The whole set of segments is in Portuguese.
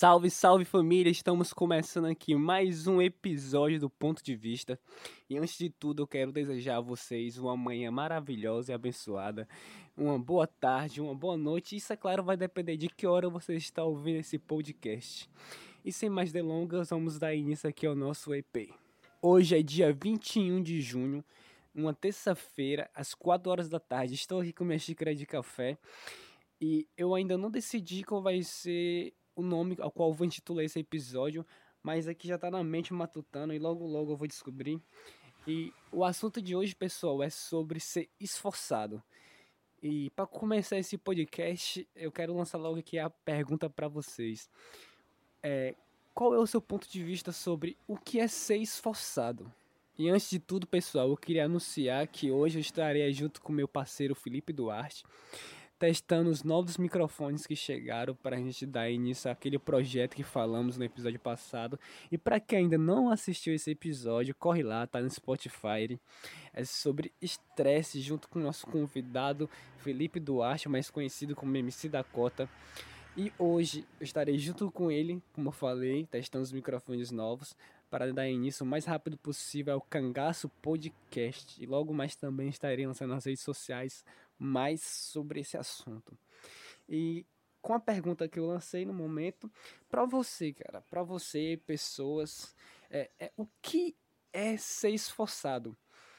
Salve, salve família! Estamos começando aqui mais um episódio do Ponto de Vista. E antes de tudo, eu quero desejar a vocês uma manhã maravilhosa e abençoada, uma boa tarde, uma boa noite. Isso, é claro, vai depender de que hora você está ouvindo esse podcast. E sem mais delongas, vamos dar início aqui ao nosso EP. Hoje é dia 21 de junho, uma terça-feira, às 4 horas da tarde. Estou aqui com minha xícara de café e eu ainda não decidi qual vai ser o nome ao qual eu vou intitular esse episódio, mas aqui já tá na mente matutando e logo logo eu vou descobrir. E o assunto de hoje, pessoal, é sobre ser esforçado. E para começar esse podcast, eu quero lançar logo aqui a pergunta para vocês. Qual é o seu ponto de vista sobre o que é ser esforçado? E antes de tudo, pessoal, eu queria anunciar que hoje eu estarei junto com meu parceiro Felipe Duarte, testando os novos microfones que chegaram para a gente dar início àquele projeto que falamos no episódio passado. E para quem ainda não assistiu esse episódio, corre lá, tá no Spotify. É sobre estresse, junto com o nosso convidado Felipe Duarte, mais conhecido como MC Dakota. E hoje eu estarei junto com ele, como eu falei, testando os microfones novos para dar início o mais rápido possível ao Cangaço Podcast. E logo mais também estarei lançando nas redes sociais mais sobre esse assunto. E com a pergunta que eu lancei no momento, para você, cara, para você, pessoas, o que é ser esforçado?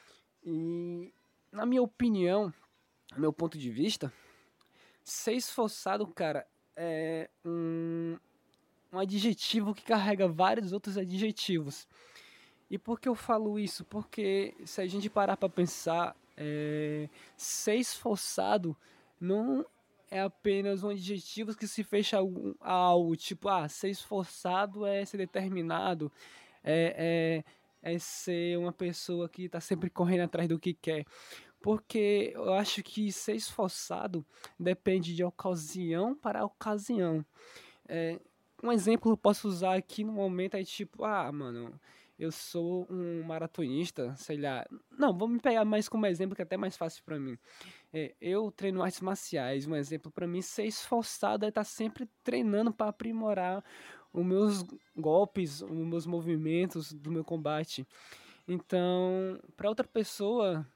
E na minha opinião, no meu ponto de vista, ser esforçado, cara, é um adjetivo que carrega vários outros adjetivos. E por que eu falo isso? Porque se a gente parar para pensar, ser esforçado não é apenas um adjetivo que se fecha a algo, tipo, ser esforçado é ser determinado, é ser uma pessoa que está sempre correndo atrás do que quer. Porque eu acho que ser esforçado depende de ocasião para ocasião. Um exemplo que eu posso usar aqui no momento é tipo, mano, eu sou um maratonista, sei lá. Não, vou me pegar mais como exemplo que é até mais fácil pra mim. Eu treino artes marciais, um exemplo pra mim, ser esforçado é estar sempre treinando para aprimorar os meus golpes, os meus movimentos do meu combate. Então, para outra pessoa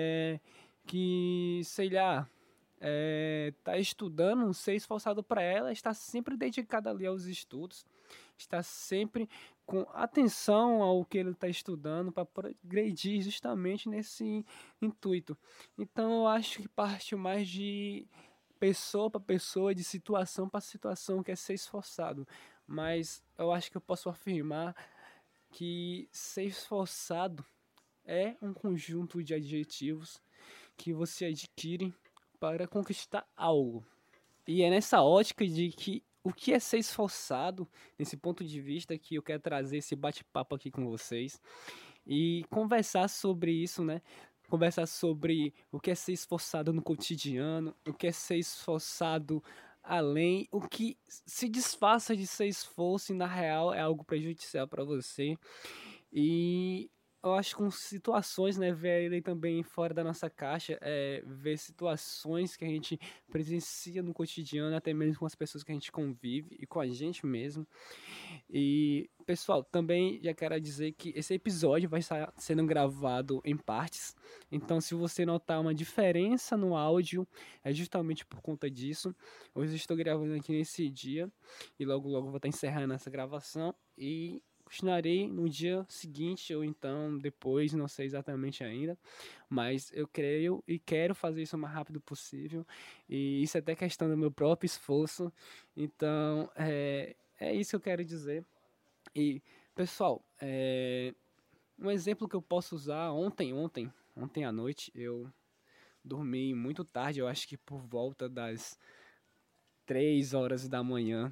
que, sei lá, tá estudando, ser esforçado para ela, está sempre dedicada ali aos estudos, está sempre com atenção ao que ele está estudando para progredir justamente nesse intuito. Então eu acho que parte mais de pessoa para pessoa, de situação para situação, que é ser esforçado. Mas eu acho que eu posso afirmar que ser esforçado é um conjunto de adjetivos que você adquire para conquistar algo. E é nessa ótica de que o que é ser esforçado, nesse ponto de vista, que eu quero trazer esse bate-papo aqui com vocês e conversar sobre isso, né? Conversar sobre o que é ser esforçado no cotidiano, o que é ser esforçado além, o que se disfarça de ser esforço e na real é algo prejudicial para você. E eu acho que com situações, né, ver ele também fora da nossa caixa, ver situações que a gente presencia no cotidiano, até mesmo com as pessoas que a gente convive e com a gente mesmo. E, pessoal, também já quero dizer que esse episódio vai estar sendo gravado em partes, então se você notar uma diferença no áudio, é justamente por conta disso. Hoje eu estou gravando aqui nesse dia e logo logo vou estar encerrando essa gravação e continuarei no dia seguinte ou então depois, não sei exatamente ainda, mas eu creio e quero fazer isso o mais rápido possível, e isso é até questão do meu próprio esforço. Então é isso que eu quero dizer. E pessoal, um exemplo que eu posso usar, ontem à noite eu dormi muito tarde, eu acho que por volta das 3 horas da manhã.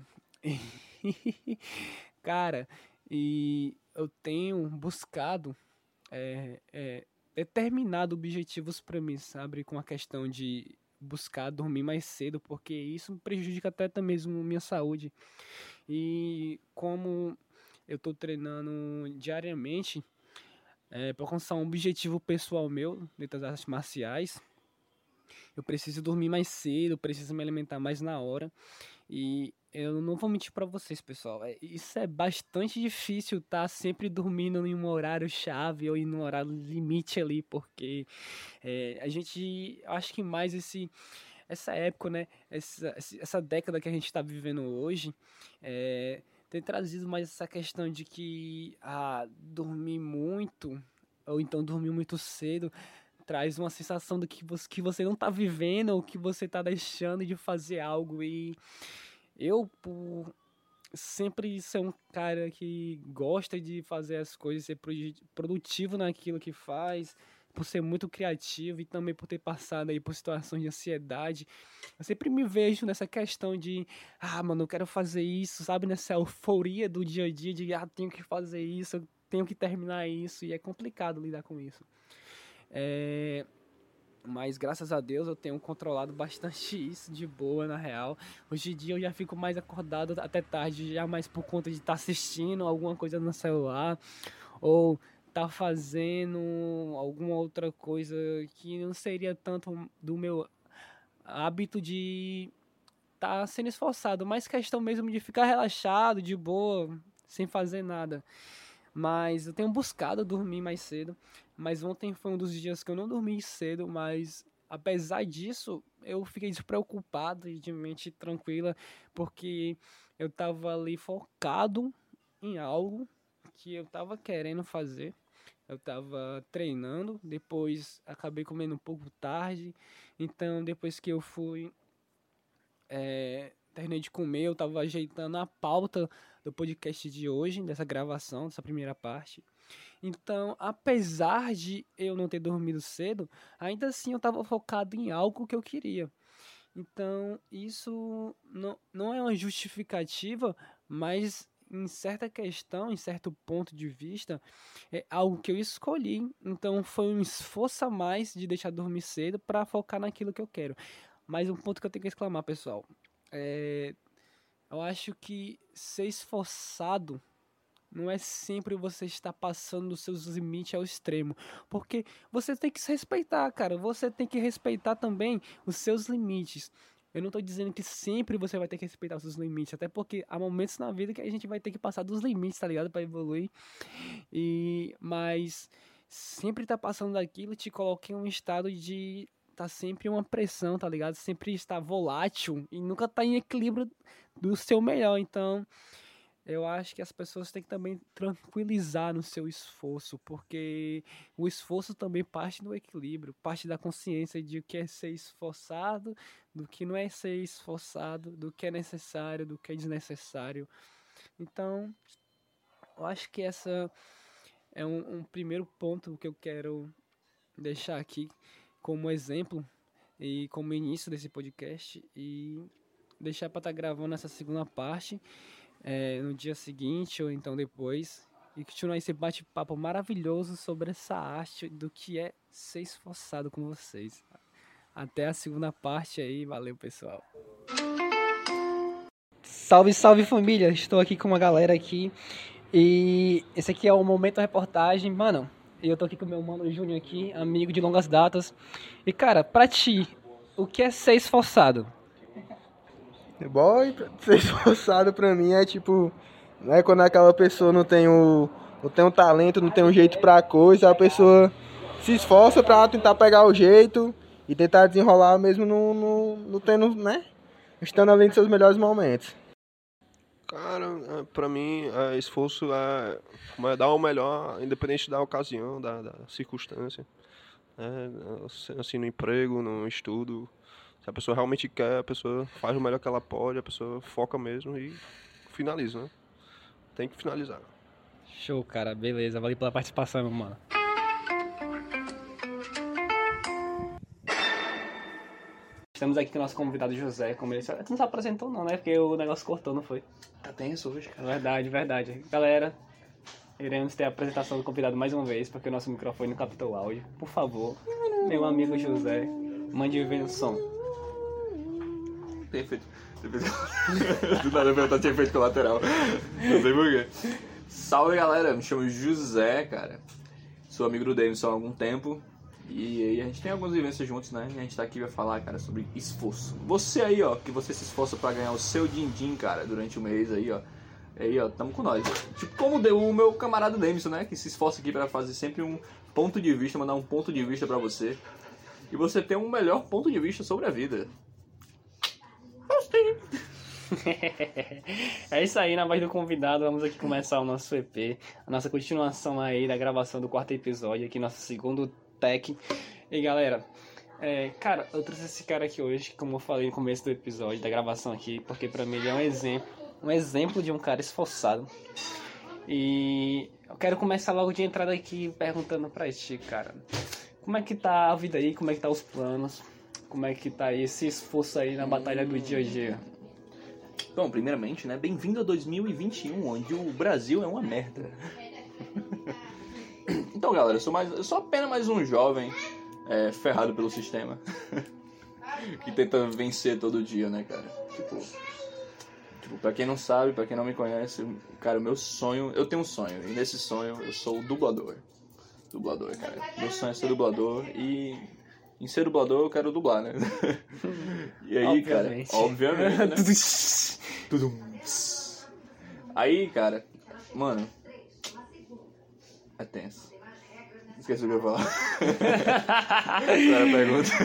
Cara, e eu tenho buscado determinado objetivos para mim, sabe? Com a questão de buscar dormir mais cedo, porque isso prejudica até mesmo minha saúde. E como eu tô treinando diariamente para alcançar um objetivo pessoal meu dentro das artes marciais, eu preciso dormir mais cedo, preciso me alimentar mais na hora. E eu não vou mentir pra vocês, pessoal. Isso é bastante difícil tá sempre dormindo em um horário chave ou em um horário limite ali, porque a gente, acho que mais essa época, né? Essa década que a gente tá vivendo hoje, tem trazido mais essa questão de que dormir muito, ou então dormir muito cedo, traz uma sensação do que você não tá vivendo ou que você tá deixando de fazer algo. E eu, por sempre ser um cara que gosta de fazer as coisas, ser produtivo naquilo que faz, por ser muito criativo e também por ter passado aí por situações de ansiedade, eu sempre me vejo nessa questão de, mano, eu quero fazer isso, sabe? Nessa euforia do dia a dia de, tenho que fazer isso, eu tenho que terminar isso, e é complicado lidar com isso. Mas graças a Deus eu tenho controlado bastante isso de boa, na real. Hoje em dia eu já fico mais acordado até tarde, já mais por conta de estar assistindo alguma coisa no celular, ou tá fazendo alguma outra coisa que não seria tanto do meu hábito de estar sendo esforçado, mas questão mesmo de ficar relaxado, de boa, sem fazer nada. Mas eu tenho buscado dormir mais cedo. Mas ontem foi um dos dias que eu não dormi cedo. Mas apesar disso, eu fiquei despreocupado e de mente tranquila. Porque eu tava ali focado em algo que eu tava querendo fazer. Eu tava treinando. Depois acabei comendo um pouco tarde. Então depois que eu fui... terminei de comer, eu tava ajeitando a pauta do podcast de hoje, dessa gravação, dessa primeira parte. Então, apesar de eu não ter dormido cedo, ainda assim eu tava focado em algo que eu queria. Então, isso não é uma justificativa, mas em certa questão, em certo ponto de vista, é algo que eu escolhi. Então, foi um esforço a mais de deixar dormir cedo para focar naquilo que eu quero. Mas um ponto que eu tenho que exclamar, pessoal, eu acho que ser esforçado não é sempre você estar passando dos seus limites ao extremo. Porque você tem que se respeitar, cara. Você tem que respeitar também os seus limites. Eu não tô dizendo que sempre você vai ter que respeitar os seus limites. Até porque há momentos na vida que a gente vai ter que passar dos limites, tá ligado? Pra evoluir. Mas sempre tá passando daquilo te coloca em um estado de... tá sempre uma pressão, tá ligado? Sempre está volátil e nunca tá em equilíbrio do seu melhor. Então, eu acho que as pessoas têm que também tranquilizar no seu esforço, porque o esforço também parte do equilíbrio, parte da consciência de o que é ser esforçado, do que não é ser esforçado, do que é necessário, do que é desnecessário. Então, eu acho que essa é um primeiro ponto que eu quero deixar aqui como exemplo e como início desse podcast, e deixar para estar gravando essa segunda parte no dia seguinte ou então depois, e continuar esse bate-papo maravilhoso sobre essa arte do que é ser esforçado com vocês. Até a segunda parte aí, valeu pessoal. Salve, salve família, estou aqui com uma galera aqui e esse aqui é o Momento Reportagem, mano. E eu tô aqui com o meu mano Júnior aqui, amigo de longas datas. E cara, pra ti, o que é ser esforçado? Boy, ser esforçado pra mim é tipo, né, quando aquela pessoa não tem o talento, não tem um jeito pra coisa, a pessoa se esforça pra tentar pegar o jeito e tentar desenrolar mesmo no tendo, né, estando ali nos seus melhores momentos. Cara, pra mim, esforço é dar o melhor, independente da ocasião, da circunstância. Assim, no emprego, no estudo. Se a pessoa realmente quer, a pessoa faz o melhor que ela pode, a pessoa foca mesmo e finaliza, né? Tem que finalizar. Show, cara, beleza, valeu pela participação, meu mano. Estamos aqui com o nosso convidado José, como ele não se apresentou não, né? Porque o negócio cortou, não foi? Tá tenso hoje, cara. Verdade. Galera, iremos ter a apresentação do convidado mais uma vez, porque o nosso microfone não captou o áudio. Por favor, meu amigo José, mande ver o som. Perfeito. Do nada eu tinha efeito colateral. Não sei porquê. Salve galera, me chamo José, cara. Sou amigo do Davidson há algum tempo. E aí a gente tem algumas vivências juntos, né? E a gente tá aqui pra falar, cara, sobre esforço. Você aí, ó, que você se esforça pra ganhar o seu din-din, cara, durante o mês aí, ó. Aí, ó, tamo com nós. Tipo, como deu o meu camarada Demison, né? Que se esforça aqui pra fazer sempre um ponto de vista, mandar um ponto de vista pra você. E você ter um melhor ponto de vista sobre a vida. É isso aí, na voz do convidado, vamos aqui começar o nosso EP, a nossa continuação aí da gravação do 4º episódio, aqui nosso segundo tech. E galera, cara, eu trouxe esse cara aqui hoje, como eu falei no começo do episódio, da gravação aqui, porque pra mim ele é um exemplo de um cara esforçado. E eu quero começar logo de entrada aqui perguntando pra ti, cara, como é que tá a vida aí, como é que tá os planos, como é que tá aí esse esforço aí na batalha do dia a dia? Bom, primeiramente, né, bem-vindo a 2021, onde o Brasil é uma merda. Então, galera, eu sou apenas mais um jovem ferrado pelo sistema. Que tenta vencer todo dia, né, cara? Tipo, pra quem não sabe, pra quem não me conhece, cara, o meu sonho... Eu tenho um sonho, e nesse sonho eu sou o dublador. Dublador, cara. Meu sonho é ser dublador e... Em ser dublador eu quero dublar, né? E aí, Obviamente. Cara, obviamente, né? Tudo. Aí, cara, mano, é tenso. Esqueci o que eu ia falar. Agora a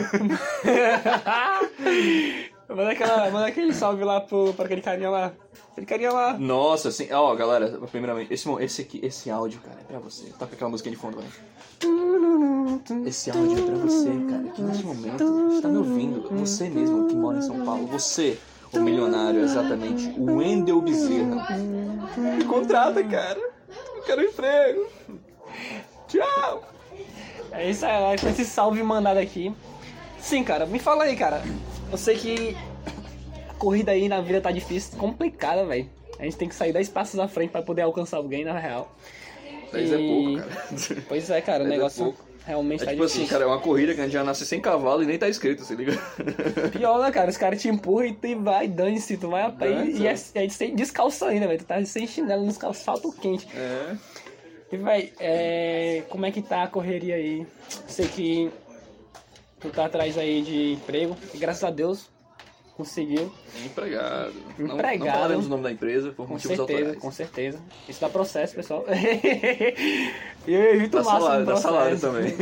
pergunta. Manda aquele salve lá pra aquele carinha lá. Aquele carinha lá. Nossa, assim, ó, galera, primeiramente, esse áudio, cara, é pra você. Toca aquela música de fundo, vai. Esse áudio é pra você, cara, que nesse momento está me ouvindo. Você mesmo que mora em São Paulo, você, o milionário, exatamente, o Wendel Bezerra. Me contrata, cara. Eu quero um emprego. Tchau. É isso aí, com esse salve mandado aqui. Sim, cara, me fala aí, cara. Eu sei que a corrida aí na vida tá difícil, complicada, velho. A gente tem que sair 10 passos à frente pra poder alcançar alguém, na real. 10 é pouco, cara. Pois é, cara, o negócio realmente tá tipo difícil. assim, cara, é uma corrida que a gente já nasce sem cavalo e nem tá escrito, se liga? Pior, né, cara? Os caras te empurram e tu vai, dane-se, tu vai a pé e é sem descalço ainda, velho. Tu tá sem chinelo nos calçados quente. É. E, velho, como é que tá a correria aí? Sei que tu tá atrás aí de emprego e graças a Deus conseguiu. Empregado. Não Empregado. falaremos o nome da empresa por Com motivos certeza, autorais. com certeza. Isso dá processo, pessoal. E eu evito o máximo Dá salário também.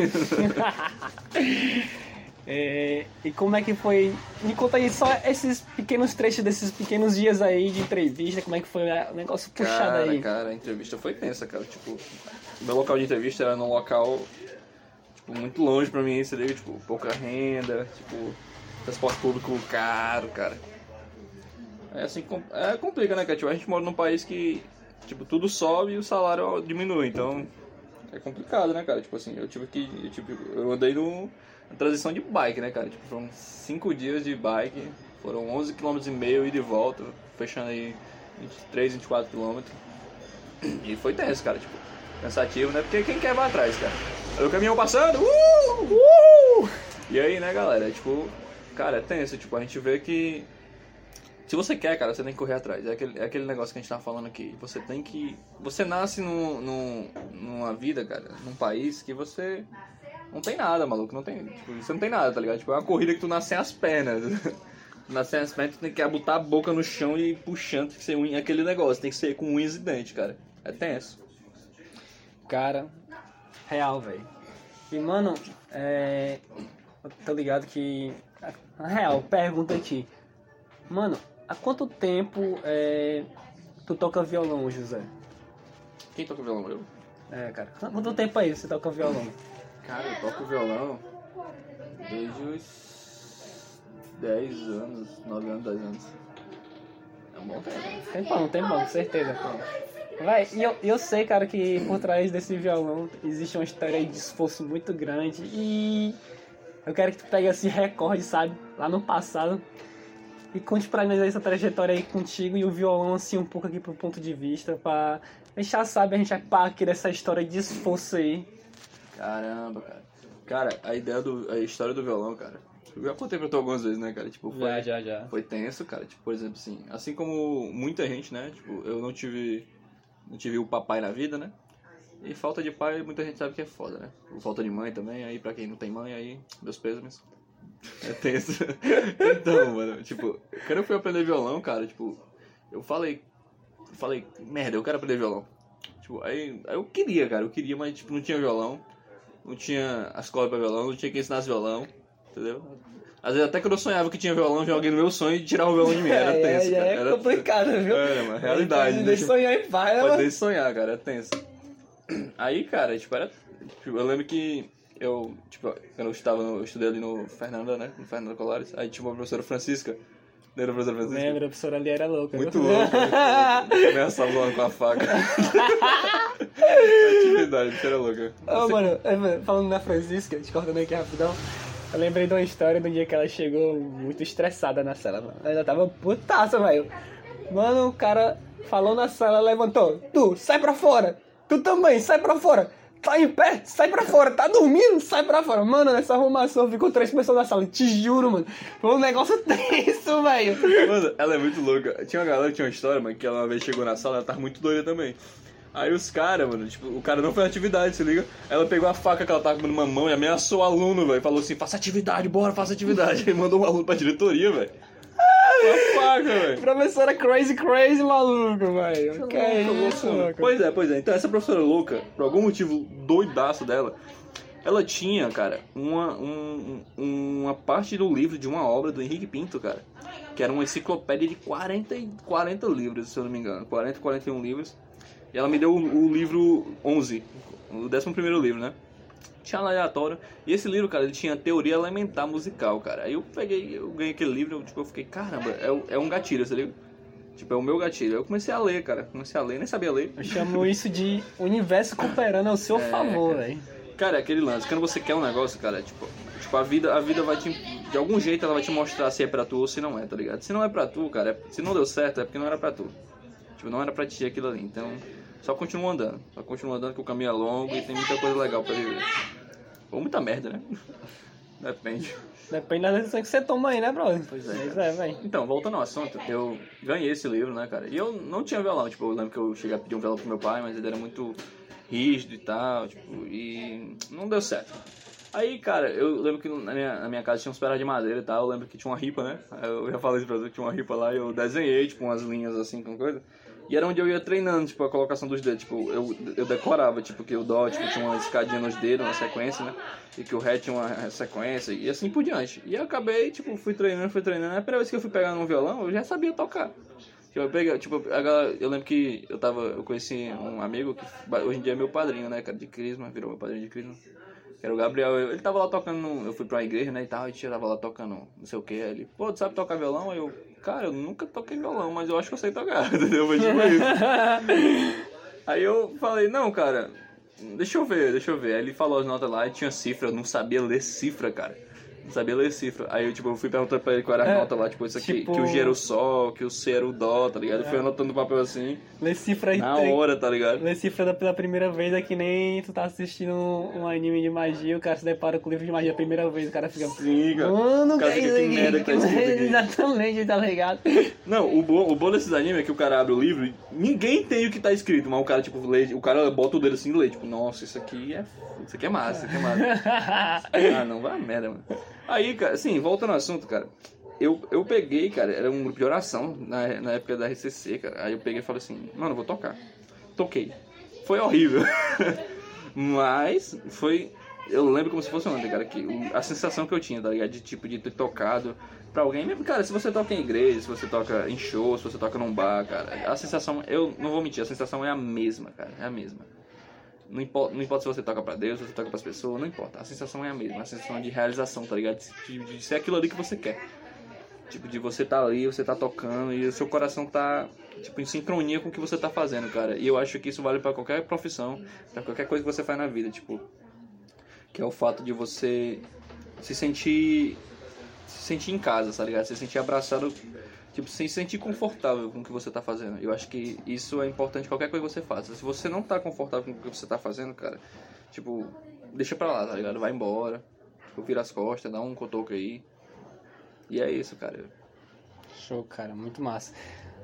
E como é que foi? Me conta aí só esses pequenos trechos desses pequenos dias aí de entrevista, como é que foi o negócio puxado aí? Cara, a entrevista foi tensa, cara. Tipo, o meu local de entrevista era num local, tipo, muito longe pra mim, você liga, tipo, pouca renda, tipo, transporte público caro, cara. É assim, complica, né, cara? Tipo, a gente mora num país que, tipo, tudo sobe e o salário diminui, então é complicado, né, cara? Tipo assim, eu andei na transição de bike, né, cara? Tipo, foram 5 dias de bike, foram 11,5 km ida e de volta, fechando aí 23, 24 km. E foi tenso, cara, tipo, cansativo, né? Porque quem quer vai atrás, cara. Aí o caminhão passando, E aí, né, galera, tipo, cara, é tenso, tipo, a gente vê que se você quer, cara, você tem que correr atrás. É aquele negócio que a gente tava falando aqui. Você nasce numa vida, cara, num país que você não tem nada, maluco. Não tem, tipo, você não tem nada, tá ligado? Tipo, é uma corrida que tu nasce sem as pernas. Tu nasce sem as pernas, tu tem que botar a boca no chão e ir puxando, tem que ser aquele negócio. Tem que ser com unhas e dentes, cara. É tenso. Cara, real, velho. E, mano, eu tô ligado que... Na real, pergunta aqui. Mano, há quanto tempo tu toca violão, José? Quem toca violão? Eu? Cara, quanto tempo aí você toca violão? Cara, eu toco violão desde os 10 anos, 9 anos, 10 anos. É um bom tempo. Tempão, com certeza. Vai, e eu sei, cara, que por trás desse violão existe uma história aí de esforço muito grande e eu quero que tu pegue esse recorde, sabe, lá no passado e conte pra nós essa trajetória aí contigo e o violão, assim, um pouco aqui pro ponto de vista, pra deixar, sabe, a gente pá aqui dessa história de esforço aí. Caramba, cara. Cara, a história do violão, cara, eu já contei pra tu algumas vezes, né, cara? Tipo, Já. Foi tenso, cara. Tipo, por exemplo, assim como muita gente, né? Tipo, eu não tive o papai na vida, né? E falta de pai, muita gente sabe que é foda, né? Falta de mãe também, aí pra quem não tem mãe, aí, meus pêsames. É tenso. Então, mano, tipo, quando eu fui aprender violão, cara, tipo, eu falei, merda, eu quero aprender violão. Tipo, aí eu queria, cara, mas, tipo, não tinha violão, não tinha as cordas pra violão, não tinha quem ensinasse violão, entendeu? Às vezes até quando eu sonhava que tinha violão, vinha alguém no meu sonho e tirava o violão de mim, era tenso, cara. É complicado, viu? Era, mano, realidade. Pode deixar sonhar em paz, Pode mano. deixar sonhar, cara, é tenso. Aí, cara, tipo, eu lembro que eu, tipo, quando eu estudei ali no Fernanda, né, no Fernando Colares, aí tinha uma professora Francisca, lembra a professora Francisca? Lembra, a professora ali era louca. Muito louca, ameaçava lá com a faca. Atividade, bicho era louca. Ô, mano, falando na Francisca, te cortando aqui rapidão, eu lembrei de uma história do dia que ela chegou muito estressada na sala, mano. Ela tava putaça, velho. Mano, o cara falou na sala, levantou. Tu, sai pra fora. Tu também, sai pra fora. Tá em pé, sai pra fora. Tá dormindo, sai pra fora. Mano, nessa arrumação ficou 3 pessoas na sala. Te juro, mano. Foi um negócio tenso, velho. Mano, ela é muito louca. Tinha uma galera que tinha uma história, mano, que ela uma vez chegou na sala, ela tava muito doida também. Aí os caras, mano, tipo, o cara não fez atividade, se liga? Ela pegou a faca que ela tava com numa mão e ameaçou o aluno, velho. Falou assim, faça atividade, bora, faça atividade. Aí mandou um aluno pra diretoria, velho. Com a faca, velho. Professora crazy, maluco, velho. Que é isso, louco. Pois é. Então essa professora louca, por algum motivo doidaço dela, ela tinha, cara, uma parte do livro de uma obra do Henrique Pinto, cara. Que era uma enciclopédia de 40 livros, se eu não me engano. 41 livros. E ela me deu o livro 11, o 11º livro, né? Tinha aleatório. E esse livro, cara, ele tinha teoria elementar musical, cara. Aí eu ganhei aquele livro, eu fiquei, caramba, é um gatilho, você liga? Tipo, é o meu gatilho. Eu comecei a ler, cara. Nem sabia ler. Eu chamo isso de universo cooperando ao seu favor, velho. Cara, é aquele lance. Quando você quer um negócio, cara, tipo a vida vai te... De algum jeito ela vai te mostrar se é pra tu ou se não é, tá ligado? Se não é pra tu, cara, se não deu certo, é porque não era pra tu. Tipo, não era pra ti aquilo ali. Então, só continua andando. Que o caminho é longo e tem muita coisa legal pra viver. Ou muita merda, né? Depende. Depende da decisão que você toma aí, né, brother? Pois é, velho. Então, voltando ao assunto, eu ganhei esse livro, né, cara? E eu não tinha violão. Tipo, eu lembro que eu cheguei a pedir um violão pro meu pai, mas ele era muito rígido e tal, tipo, e não deu certo. Aí, cara, eu lembro que na minha casa tinha uns pedaços de madeira e tal, eu lembro que tinha uma ripa, né? Eu já falei isso pra você, que tinha uma ripa lá e eu desenhei, tipo, umas linhas assim, com coisa. E era onde eu ia treinando, tipo, a colocação dos dedos, tipo, eu decorava, tipo, que o dó, tipo, tinha uma escadinha nos dedos, uma sequência, né? E que o ré tinha uma sequência, e assim por diante. E eu acabei, tipo, fui treinando. A primeira vez que eu fui pegar num violão, eu já sabia tocar. Eu lembro que eu conheci um amigo que hoje em dia é meu padrinho, né, cara, de crisma, virou meu padrinho de crisma. Que era o Gabriel, ele tava lá tocando, eu fui pra uma igreja, né, e tal, e tava lá tocando não sei o que, ele, pô, tu sabe tocar violão? Aí eu, cara, eu nunca toquei violão, mas eu acho que eu sei tocar, entendeu? Foi tipo isso. Aí eu falei, não, cara, deixa eu ver. Aí ele falou as notas lá e tinha cifra, eu não sabia ler cifra, cara. Não sabia ler cifra. Aí eu, tipo, eu fui perguntando pra ele qual era a nota lá, tipo, isso aqui, tipo... que o G era o Sol, que o C era o Dó, tá ligado? Eu fui anotando no papel assim, Lê cifra aí. na hora, tá ligado? Lê cifra pela primeira vez é que nem tu tá assistindo um anime de magia, o cara se depara com o livro de magia a primeira vez, o cara fica... Sim, cara. Mano, O cara fica, que merda que tá escrito aqui. Exatamente, tá ligado? Não, o bom desses animes é que o cara abre o livro e ninguém tem o que tá escrito, mas o cara, tipo, lê, o cara bota o dedo assim e lê, tipo, nossa, isso aqui é massa, Ah, não, vai a merda, mano. Aí, cara, assim, voltando ao assunto, cara, eu peguei, cara, era um grupo de oração na época da RCC, cara, aí eu peguei e falei assim, mano, eu vou tocar. Toquei. Foi horrível. Mas eu lembro como se fosse ontem, cara, que a sensação que eu tinha, tá ligado? De ter tocado pra alguém, mesmo, cara, se você toca em igreja, se você toca em show, se você toca num bar, cara, a sensação, eu não vou mentir, a sensação é a mesma, cara, é a mesma. Não importa se você toca pra Deus, se você toca pras pessoas, não importa, a sensação é a mesma, a sensação é de realização, tá ligado? De ser aquilo ali que você quer. Tipo, de você tá ali, você tá tocando e o seu coração tá, tipo, em sincronia com o que você tá fazendo, cara. E eu acho que isso vale pra qualquer profissão, pra qualquer coisa que você faz na vida, tipo, que é o fato de você se sentir em casa, tá ligado? Se sentir abraçado, tipo, se sentir confortável com o que você tá fazendo. Eu acho que isso é importante em qualquer coisa que você faça. Se você não tá confortável com o que você tá fazendo, cara, tipo, deixa pra lá, tá ligado? Vai embora, tipo, vira as costas, dá um cotoco aí. E é isso, cara. Show, cara, muito massa.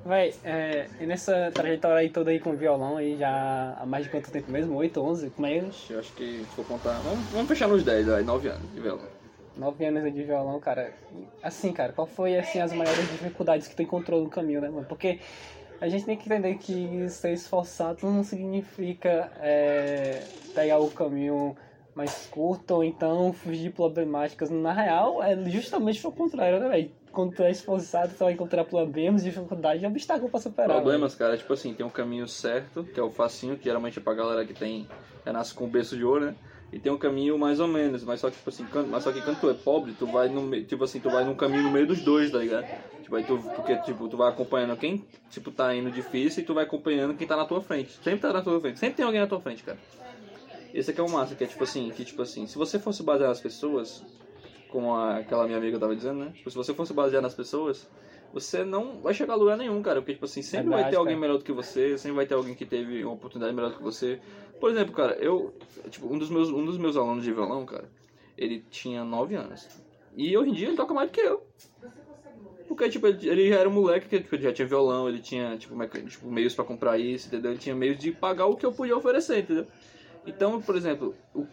Véi, e nessa trajetória aí toda aí com violão aí já há mais de quanto tempo mesmo? 8, 11? Como é? Eu acho que, se for contar, vamos fechar nos 10, aí, 9 anos de violão. 9 anos aí de violão, cara. Assim, cara, qual foi, assim, as maiores dificuldades que tu encontrou no caminho, né, mano? Porque a gente tem que entender que ser esforçado não significa pegar o caminho mais curto ou então fugir de problemáticas. Na real, é justamente o contrário, né, velho? Quando tu é esforçado, tu vai encontrar problemas, dificuldades e obstáculos pra superar. Problemas, cara, tipo assim, tem um caminho certo, que é o facinho, que geralmente é pra galera que nasce com o berço de ouro, né? E tem um caminho mais ou menos, mas só que, tipo assim, quando tu é pobre, tu vai tu vai num caminho no meio dos dois, tá ligado? Tipo, aí porque, tipo, tu vai acompanhando quem, tipo, tá indo difícil e tu vai acompanhando quem tá na tua frente. Sempre tá na tua frente, sempre tem alguém na tua frente, cara. Esse aqui é o massa, que é tipo assim, se você fosse basear nas pessoas, como aquela minha amiga tava dizendo, né? Tipo, se você fosse basear nas pessoas, você não vai chegar a lugar nenhum, cara. Porque, tipo assim, sempre vai ter alguém melhor do que você, sempre vai ter alguém que teve uma oportunidade melhor do que você. Por exemplo, cara, tipo, um dos meus alunos de violão, cara, ele tinha 9 anos. E hoje em dia ele toca mais do que eu. Porque, tipo, ele já era um moleque que, tipo, ele já tinha violão, ele tinha, tipo, meios pra comprar isso, entendeu? Ele tinha meios de pagar o que eu podia oferecer, entendeu? Então, por exemplo,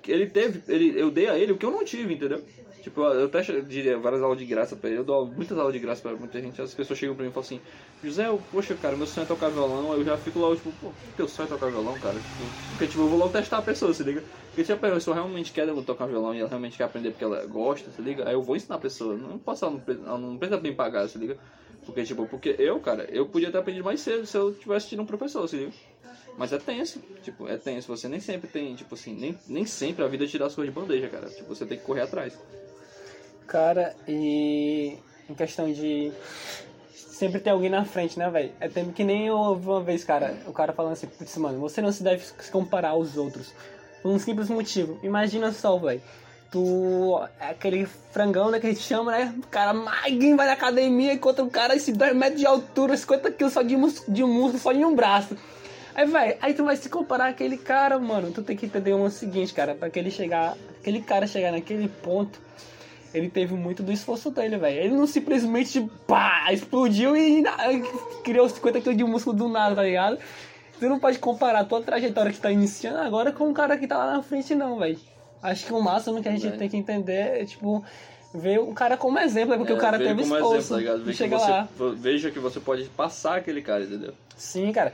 eu dei a ele o que eu não tive, entendeu? Tipo, eu até diria várias aulas de graça pra ele, eu dou muitas aulas de graça pra muita gente. As pessoas chegam pra mim e falam assim: José, poxa, cara, meu sonho é tocar violão. Aí eu já fico logo, tipo, pô, teu sonho é tocar violão, cara? Porque, tipo, eu vou logo testar a pessoa, se liga? Porque se a pessoa realmente quer tocar violão e ela realmente quer aprender porque ela gosta, se liga? Aí eu vou ensinar a pessoa, ela não precisa bem pagar, se liga? Porque, tipo, cara, eu podia ter aprendido mais cedo se eu tivesse tido um professor, se liga? Mas é tenso, tipo, é tenso. Você nem sempre tem, tipo assim, nem sempre a vida te dá as coisas de bandeja, cara. Tipo, você tem que correr atrás. Cara, e em questão de sempre ter alguém na frente, né, velho? É tempo que nem eu ouvi uma vez, cara, o cara falando assim, putz, mano, você não se deve se comparar aos outros. Por um simples motivo. Imagina só, velho. Tu é aquele frangão, né, que a gente chama, né? O cara magrinho vai na academia, encontra um cara de 2 metros de altura, 50 quilos só de músculo, só em um braço. Aí, velho, aí tu vai se comparar àquele cara, mano. Tu tem que entender o seguinte, cara, pra aquele cara chegar naquele ponto, ele teve muito do esforço dele, velho. Ele não simplesmente, pá, explodiu e criou 50 quilos de músculo do nada, tá ligado? Tu não pode comparar a tua trajetória que tá iniciando agora com o cara que tá lá na frente, não, velho. Acho que o máximo que a gente tem que entender é, tipo, ver o cara como exemplo, porque o cara teve esforço de chegar lá. Veja que você pode passar aquele cara, entendeu? Sim, cara.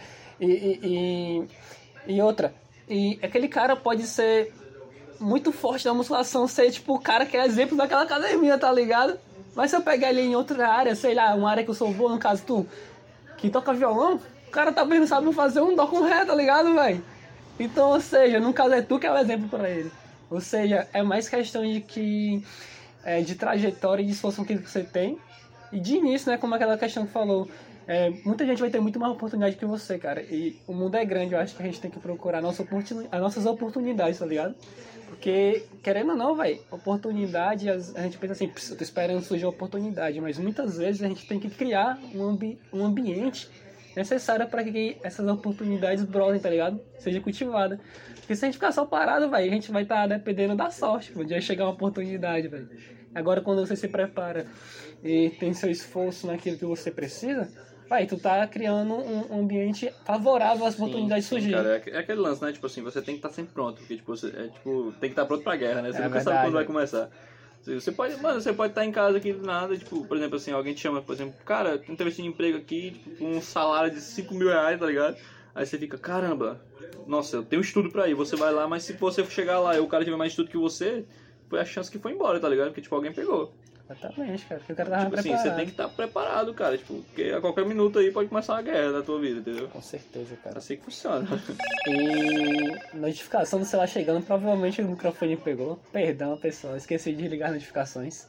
E outra, e aquele cara pode ser muito forte na musculação, ser tipo o cara que é exemplo daquela academia, tá ligado? Mas se eu pegar ele em outra área, sei lá, uma área que eu sou bom, no caso tu, que toca violão, o cara talvez não sabe fazer um dó com ré, tá ligado, velho? Então, ou seja, no caso é tu que é o exemplo pra ele. Ou seja, é mais questão de trajetória e de esforço que você tem. E de início, né, como aquela questão que falou, muita gente vai ter muito mais oportunidade que você, cara. E o mundo é grande, eu acho que a gente tem que procurar as nossas oportunidades, tá ligado? Porque, querendo ou não, velho, oportunidade, a gente pensa assim, eu tô esperando surgir oportunidade, mas muitas vezes a gente tem que criar um ambiente necessário para que essas oportunidades brotem, tá ligado? Seja cultivada. Porque se a gente ficar só parado, velho, a gente vai estar dependendo da sorte, onde vai chegar uma oportunidade, velho. Agora, quando você se prepara e tem seu esforço naquilo que você precisa, vai, tu tá criando um ambiente favorável às oportunidades surgirem. Cara, é aquele lance, né? Tipo assim, você tem que estar sempre pronto, porque tipo, tem que estar pronto pra guerra, né? Você nunca sabe quando vai começar. Você pode estar em casa aqui do nada, tipo, por exemplo, assim, alguém te chama, por exemplo, cara, tem entrevista de emprego aqui, tipo, com um salário de 5 mil reais, tá ligado? Aí você fica, caramba, nossa, eu tenho estudo pra ir, você vai lá, mas se você chegar lá e o cara tiver mais estudo que você, foi a chance que foi embora, tá ligado? Porque, tipo, alguém pegou. Exatamente, cara, porque o cara tava tipo preparado. Assim, você tem que estar preparado, cara, tipo, porque a qualquer minuto aí pode começar uma guerra na tua vida, entendeu? Com certeza, cara. Assim que funciona. E notificação do celular chegando, provavelmente o microfone pegou. Perdão, pessoal, esqueci de ligar as notificações.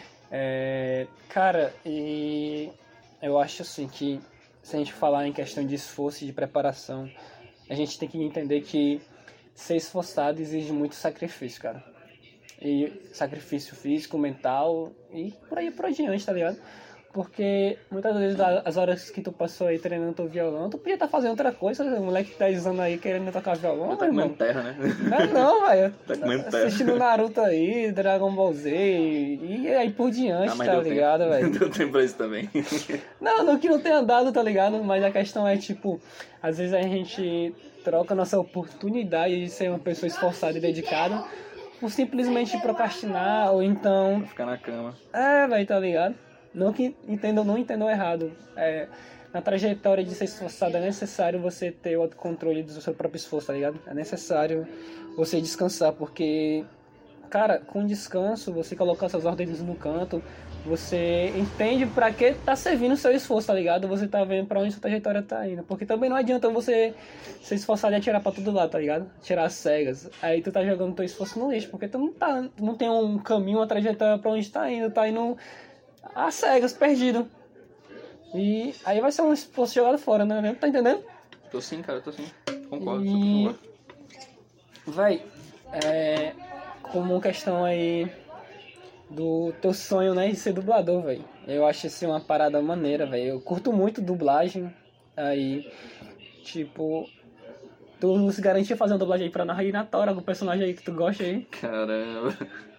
Cara, e eu acho assim que se a gente falar em questão de esforço e de preparação, a gente tem que entender que ser esforçado exige muito sacrifício, cara. E sacrifício físico, mental e por aí por diante, tá ligado? Porque muitas vezes as horas que tu passou aí treinando teu violão, tu podia estar fazendo outra coisa. O moleque de 10 anos aí querendo tocar violão, Eu tô meu comendo irmão. terra, né? Não, velho. Tá comendo terra. Assistindo Naruto aí, Dragon Ball Z e aí por diante, mas tá deu ligado, tempo. velho? Deu tempo pra isso também. Não que não tenha dado, tá ligado? Mas a questão é, tipo, às vezes a gente troca nossa oportunidade de ser uma pessoa esforçada e dedicada por simplesmente procrastinar ou então... Ficar na cama. Velho, tá ligado? Não entendam errado. Na trajetória de ser esforçado é necessário você ter o autocontrole do seu próprio esforço, tá ligado? É necessário você descansar, porque, cara, com descanso, você colocar suas ordens no canto, você entende pra que tá servindo o seu esforço, tá ligado? Você tá vendo pra onde sua trajetória tá indo. Porque também não adianta você se esforçar e atirar pra todo lado, tá ligado? Tirar as cegas. Aí tu tá jogando teu esforço no lixo, porque tu não tem um caminho, uma trajetória pra onde tá indo às cegas, perdido. E aí vai ser um esforço jogado fora, né? Tá entendendo? Tô sim, cara, tô sim. Concordo, E... concordo. Vai, como questão aí do teu sonho, né, de ser dublador, velho. Eu acho isso uma parada maneira, velho. Eu curto muito dublagem. Aí, tipo, tu se garantia fazer uma dublagem aí pra narrar na Tora, algum personagem aí que tu gosta aí? Caramba.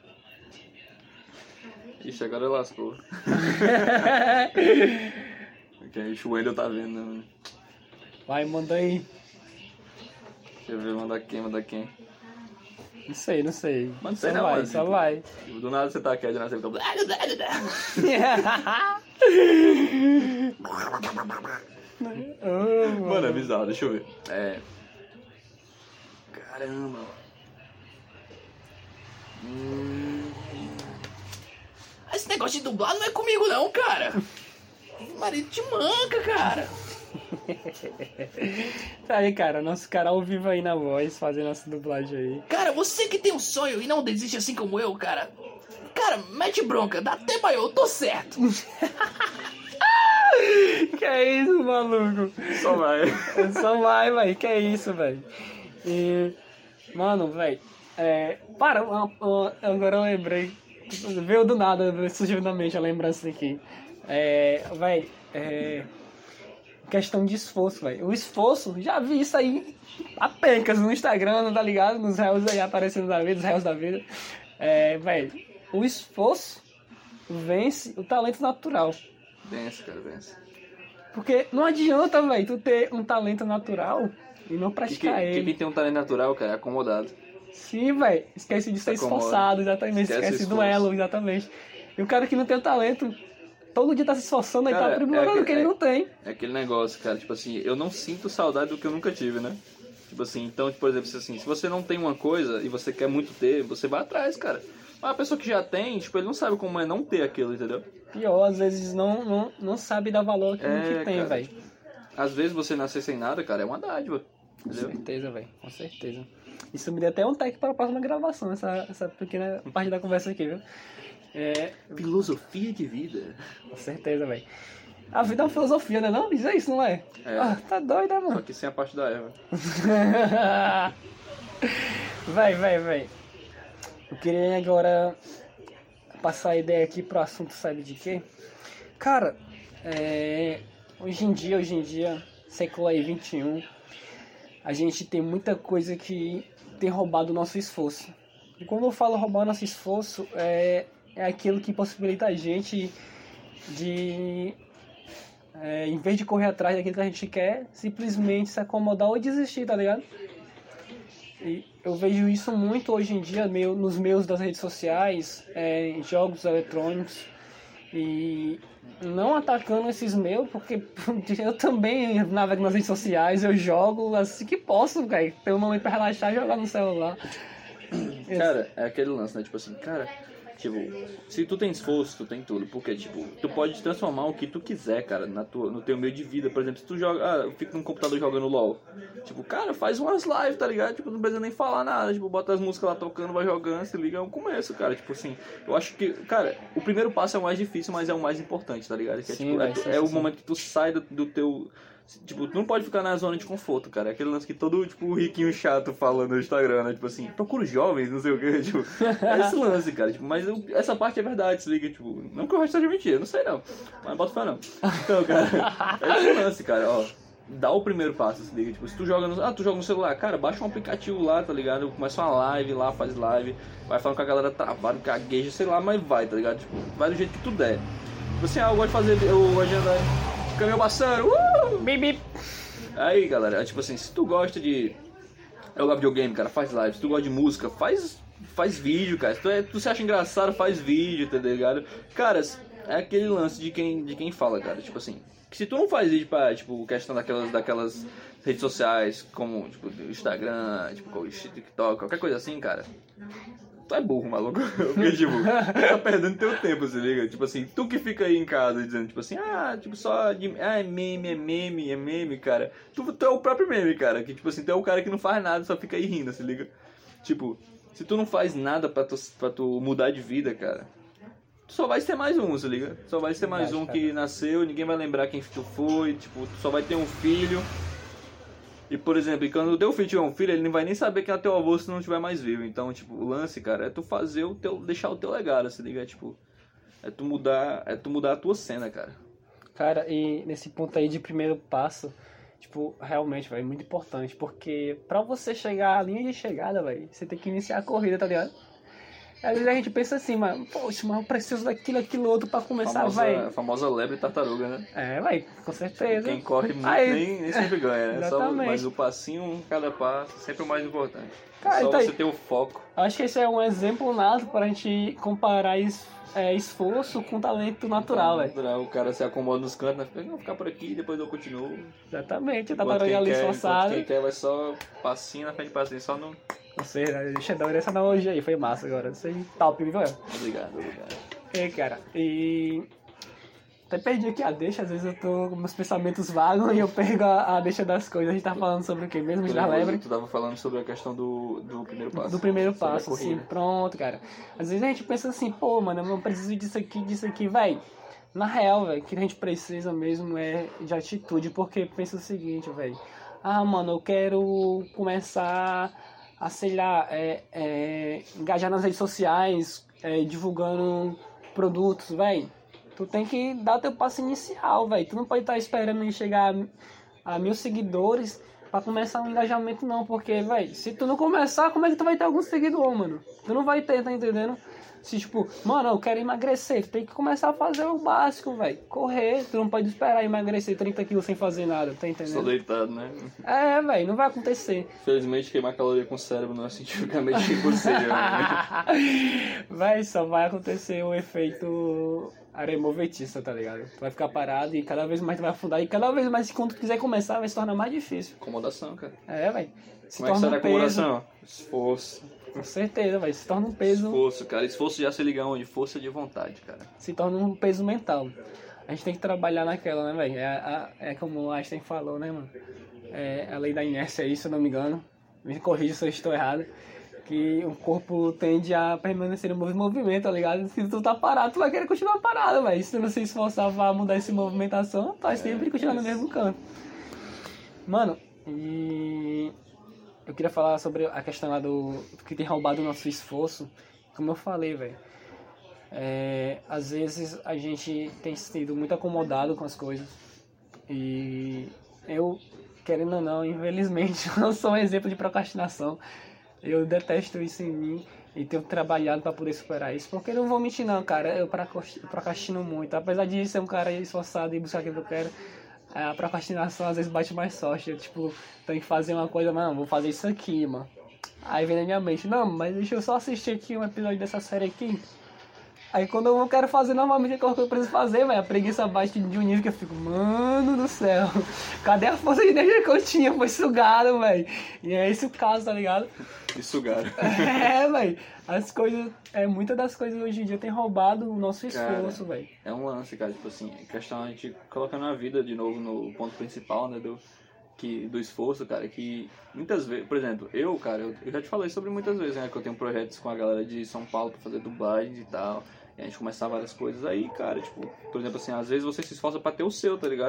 Ixi, agora lascou. Porque o Wendel tá vendo, né, mano? Vai, manda aí. Deixa eu ver, mandar quem? Não sei. Mano, Só sei não, vai, mano. só vai. Do nada você tá quieto, do nada você fica... Mano, é bizarro, deixa eu ver. Caramba. Esse negócio de dublar não é comigo não, cara. Marido te manca, cara. Tá aí, cara, nosso cara ao vivo aí na voz, fazendo essa dublagem aí. Cara, você que tem um sonho e não desiste assim como eu, cara. Cara, mete bronca, dá até maior, eu tô certo. Que é isso, maluco? Só vai. Só vai, velho. Que é isso, velho. E, mano, velho. Agora eu lembrei. Veio do nada, surgiu na mente a lembrança aqui. Velho. Questão de esforço, velho. O esforço, já vi isso aí a pencas no Instagram, tá ligado? Nos réus aí aparecendo da vida, os réus da vida. Velho. O esforço vence o talento natural. Vence, cara, vence. Porque não adianta, velho, tu ter um talento natural e não praticar ele. Quem tem um talento natural, cara, é acomodado. Sim, velho. Esquece de ser esforçado, exatamente. Esquece do elo, exatamente. E o cara que não tem talento, todo dia tá se esforçando e tá aprimorando o que ele não tem. É aquele negócio, cara, tipo assim, eu não sinto saudade do que eu nunca tive, né? Tipo assim, então, por exemplo, assim, se você não tem uma coisa e você quer muito ter, você vai atrás, cara. Mas a pessoa que já tem, tipo, ele não sabe como é não ter aquilo, entendeu? Pior, às vezes não sabe dar valor àquilo que tem, velho. Às vezes você nascer sem nada, cara, é uma dádiva. Entendeu? Com certeza, velho. Com certeza. Isso me deu até um tag para a próxima gravação, essa pequena parte da conversa aqui, viu? Filosofia de vida. Com certeza, velho. A vida é uma filosofia, né? Não? Diz isso, não é? Tá doido, né, mano? Só que sem a parte da erva. Véi. Eu queria agora passar a ideia aqui pro assunto, sabe de quê? Cara, hoje em dia, século aí 21, a gente tem muita coisa que tem roubado o nosso esforço. E quando eu falo roubar nosso esforço, é aquilo que possibilita a gente de, em vez de correr atrás daquilo que a gente quer, simplesmente se acomodar ou desistir, tá ligado? E eu vejo isso muito hoje em dia nos meus das redes sociais, em jogos eletrônicos, e não atacando esses meus, porque eu também navego nas redes sociais, eu jogo assim que posso, velho. Tem um momento pra relaxar e jogar no celular. Cara, é aquele lance, né? Tipo assim, cara, tipo, se tu tem esforço, tu tem tudo. Porque, tipo, tu pode transformar o que tu quiser, cara, no teu meio de vida. Por exemplo, se tu joga, eu fico no computador jogando LOL. Tipo, cara, faz umas lives, tá ligado? Tipo, não precisa nem falar nada. Tipo, bota as músicas lá tocando, vai jogando, se liga, é um começo, cara. Tipo assim, eu acho que, cara, o primeiro passo é o mais difícil, mas é o mais importante, tá ligado? Que Sim, é, tipo, sim. o momento que tu sai do teu Tipo, tu não pode ficar na zona de conforto, cara. É aquele lance que todo, tipo, riquinho chato fala no Instagram, né? Tipo assim, procura jovens, não sei o quê, tipo... É esse lance, cara. Tipo, mas essa parte é verdade, se liga, tipo... Não que o resto seja mentira, não sei não. Mas não boto fé não. Então, cara, é esse lance, cara, ó. Dá o primeiro passo, se liga. Tipo, se tu joga no... tu joga no celular, cara, baixa um aplicativo lá, tá ligado? Começa uma live lá, faz live. Vai falando com a galera travada, cagueja, sei lá, mas vai, tá ligado? Tipo, vai do jeito que tu der. Tipo assim, eu gosto de fazer... Eu gosto de andar... Caminhão passando, Bip, bip. Aí, galera, tipo assim, se tu gosta de jogar videogame, cara, faz live. Se tu gosta de música, faz vídeo, cara. Se tu se acha engraçado, faz vídeo, tá ligado? Cara, é aquele lance de quem fala, cara. Tipo assim, que se tu não faz vídeo pra, tipo, questão daquelas redes sociais, como, tipo, Instagram, tipo, TikTok, qualquer coisa assim, cara... Tu é burro, maluco. Porque, tipo, tu tá perdendo teu tempo, se liga? Tipo assim, tu que fica aí em casa dizendo, tipo assim, tipo, só de... é meme, cara. Tu é o próprio meme, cara. Que, tipo assim, tu é o cara que não faz nada, só fica aí rindo, se liga? Tipo, se tu não faz nada pra tu mudar de vida, cara, tu só vai ser mais um, se liga? Só vai ser mais um que nasceu, ninguém vai lembrar quem tu foi, tipo, tu só vai ter um filho... E, por exemplo, quando o teu filho tiver um filho, ele não vai nem saber quem é teu avô se não estiver mais vivo. Então, tipo, o lance, cara, é tu fazer deixar o teu legado, se liga? Tipo, é tu mudar a tua cena, cara. Cara, e nesse ponto aí de primeiro passo, tipo, realmente, velho, é muito importante. Porque pra você chegar à linha de chegada, velho, você tem que iniciar a corrida, tá ligado? Às vezes a gente pensa assim, mas, poxa, mas eu preciso daquilo outro pra começar, vai. A famosa lebre e tartaruga, né? É, vai, com certeza. Quem corre muito nem sempre ganha, né? Mas o passinho, cada passo, sempre o mais importante. Cara, só então, você ter o foco. Acho que esse é um exemplo nato pra gente comparar esforço com talento natural, velho. O cara se acomoda nos cantos, né? Vou ficar por aqui, depois eu continuo. Exatamente, a tartaruga ali esforçada. Quem quer vai só passinho na frente de passinho, só no... Não sei, deixa eu dar essa analogia aí, foi massa agora. Isso aí, top, viu? Obrigado. Cara, até perdi aqui a deixa, às vezes eu tô com meus pensamentos vagos e eu perco a deixa das coisas. A gente tá falando sobre o que mesmo? Já lembra? Tu tava falando sobre a questão do primeiro passo. Do primeiro passo, sim, pronto, cara. Às vezes a gente pensa assim, pô, mano, eu não preciso disso aqui, velho. Na real, velho, o que a gente precisa mesmo é de atitude, porque pensa o seguinte, velho. Mano, eu quero começar a, sei lá, engajar nas redes sociais, divulgando produtos, velho. Tu tem que dar teu passo inicial, velho. Tu não pode estar esperando chegar a 1000 seguidores pra começar um engajamento, não. Porque, velho, se tu não começar, como é que tu vai ter algum seguidor, mano? Tu não vai ter, tá entendendo? Se, tipo, mano, eu quero emagrecer, tu tem que começar a fazer o básico, velho. Correr, tu não pode esperar emagrecer 30 quilos sem fazer nada, tá entendendo? Só deitado, né? Velho, não vai acontecer. Infelizmente, queimar caloria com o cérebro não é cientificamente impossível, né? Véi, só vai acontecer o efeito areia movediça, tá ligado? Tu vai ficar parado e cada vez mais tu vai afundar. E cada vez mais, quando tu quiser começar, vai se tornar mais difícil. Acomodação, cara. Velho. Como é que sai da acomodação? Esforço. Com certeza, velho. Se torna um peso... Esforço, cara. Esforço já se liga onde? Força de vontade, cara. Se torna um peso mental. A gente tem que trabalhar naquela, né, velho? É como o Einstein falou, né, mano? A lei da inércia aí, se eu não me engano. Me corrija se eu estou errado. Que o corpo tende a permanecer em movimento, tá ligado? Se tu tá parado, tu vai querer continuar parado, velho. Se tu não se esforçar pra mudar essa movimentação, tu vai sempre continuar no mesmo canto. Mano, e... eu queria falar sobre a questão lá do que tem roubado o nosso esforço. Como eu falei, velho. Às vezes a gente tem sido muito acomodado com as coisas. E eu, querendo ou não, infelizmente, eu sou um exemplo de procrastinação. Eu detesto isso em mim e tenho trabalhado para poder superar isso. Porque não vou mentir não, cara, eu procrastino muito. Apesar de ser um cara esforçado e buscar aquilo que eu quero, a procrastinação às vezes bate mais sorte. Eu, tipo, tenho que fazer uma coisa, mas não, vou fazer isso aqui, mano. Aí vem na minha mente, não, mas deixa eu só assistir aqui um episódio dessa série aqui. Aí quando eu quero fazer normalmente aquela coisa que eu preciso fazer, velho, a preguiça bate de um nível que eu fico, mano do céu, cadê a força de energia que eu tinha? Foi sugado, velho. E é esse o caso, tá ligado? E sugaram. Velho, as coisas, muitas das coisas hoje em dia tem roubado o nosso esforço, velho. É um lance, cara, tipo assim, questão a gente colocando a vida de novo no ponto principal, né, do esforço, cara, que muitas vezes, por exemplo, eu já te falei sobre muitas vezes, né, que eu tenho projetos com a galera de São Paulo pra fazer dublagens e tal, e a gente começar várias coisas aí, cara, tipo, por exemplo assim, às vezes você se esforça pra ter o seu, tá ligado?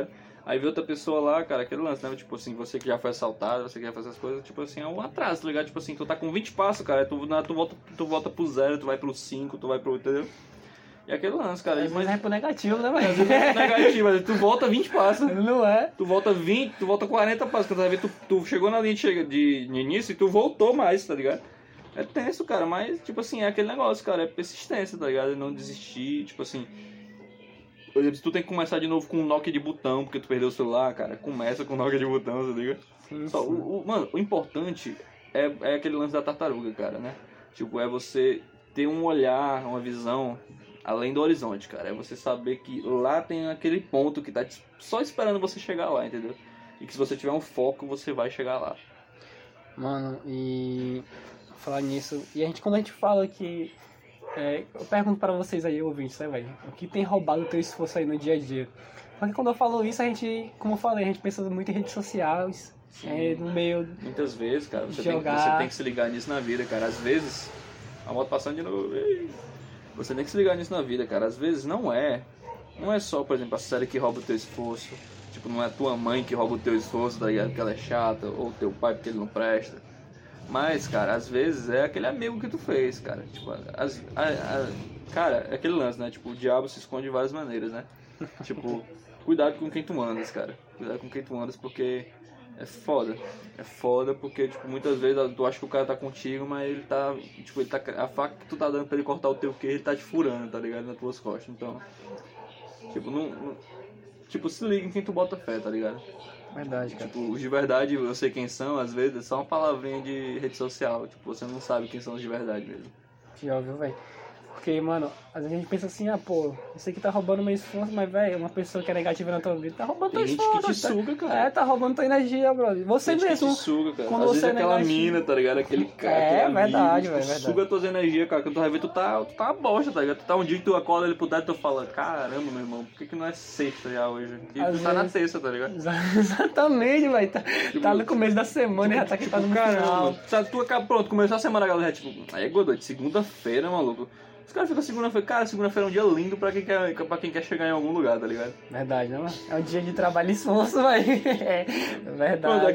Aí vê outra pessoa lá, cara, aquele lance, né? Tipo assim, você que já foi assaltado, você que já faz essas coisas, tipo assim, é um atraso, tá ligado? Tipo assim, tu tá com 20 passos, cara, tu volta pro 0, tu vai pro 5, tu vai pro, entendeu? E aquele lance, cara. Às vezes é pro negativo, né, velho? Às vezes é negativo, mas tu volta 20 passos. Não é? Tu volta 20, tu volta 40 passos, quando tu vai ver, tu chegou na linha de início e tu voltou mais, tá ligado? É tenso, cara, mas, tipo assim, é aquele negócio, cara, é persistência, tá ligado? É não desistir, tipo assim... Por exemplo, se tu tem que começar de novo com um Nokia de botão, porque tu perdeu o celular, cara, começa com um Nokia de botão, tá ligado? Só, mano, o importante é aquele lance da tartaruga, cara, né? Tipo, é você ter um olhar, uma visão além do horizonte, cara. É você saber que lá tem aquele ponto que tá só esperando você chegar lá, entendeu? E que se você tiver um foco, você vai chegar lá. Mano, e falar nisso, e quando a gente fala que eu pergunto pra vocês aí, ouvintes, né, velho? O que tem roubado o teu esforço aí no dia a dia? Porque quando eu falo isso, a gente, como eu falei, a gente pensa muito em redes sociais, no meio... Muitas vezes, cara, você jogar... tem que se ligar nisso na vida, cara. Às vezes, a moto passando de novo, você tem que se ligar nisso na vida, cara. Às vezes não é só, por exemplo, a série que rouba o teu esforço. Tipo, não é a tua mãe que rouba o teu esforço, tá ligado? Porque ela é chata, ou teu pai porque ele não presta. Mas, cara, às vezes é aquele amigo que tu fez, cara. Tipo, cara, é aquele lance, né? Tipo, o diabo se esconde de várias maneiras, né? Tipo, cuidado com quem tu andas, cara. Cuidado com quem tu andas, porque é foda. É foda porque, tipo, muitas vezes tu acha que o cara tá contigo, mas ele tá... Tipo, a faca que tu tá dando pra ele cortar o teu queijo, ele tá te furando, tá ligado? Nas tuas costas. Então, tipo, tipo, se liga em quem tu bota fé, tá ligado? Verdade, cara. Tipo, os de verdade, eu sei quem são, às vezes é só uma palavrinha de rede social. Tipo, você não sabe quem são os de verdade mesmo. Pior, viu, velho? Porque, mano, às vezes a gente pensa assim, pô, isso aqui tá roubando meu esforço, mas, velho, uma pessoa que é negativa na tua vida tá roubando teu esforço. Tem gente que te suga, cara. Tá roubando tua energia, brother. Você tem mesmo. Gente que te suga, cara. Quando às você vezes é aquela mina, tá ligado? Aquele cara, aquele verdade, amigo, velho, suga tuas energias, cara. Quando tu vai ver, tu tá uma bosta, tá ligado? Tu tá um dia que tu acorda ele pro teto e tu fala, caramba, meu irmão, por que não é sexta já hoje? E tu tá na terça, tá ligado? Exatamente, velho. Tá no começo da semana e já tá aqui no canal. Sabe, tu acaba, pronto, começou a semana, a galera, tipo, aí é Godoy, segunda-feira, maluco. Os caras ficam segunda-feira, cara, segunda-feira é um dia lindo pra quem quer chegar em algum lugar, tá ligado? Verdade, não? É um dia de trabalho e esforço, velho. É verdade. Pronto,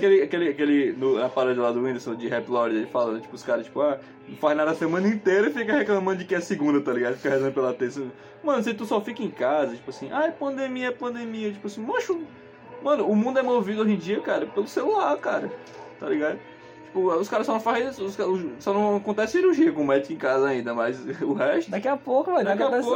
na parada lá do Whindersson, de Rap Lord, ele fala, né, tipo, os caras, tipo, não faz nada a semana inteira e fica reclamando de que é segunda, tá ligado? Fica rezando pela terça. Mano, se tu só fica em casa, tipo assim, é pandemia, tipo assim, moço, mano, o mundo é movido hoje em dia, cara, pelo celular, cara, tá ligado? Tipo, os caras só não fazem isso, só não acontece cirurgia com o médico em casa ainda, mas o resto... Daqui a pouco, mano, daqui a pouco,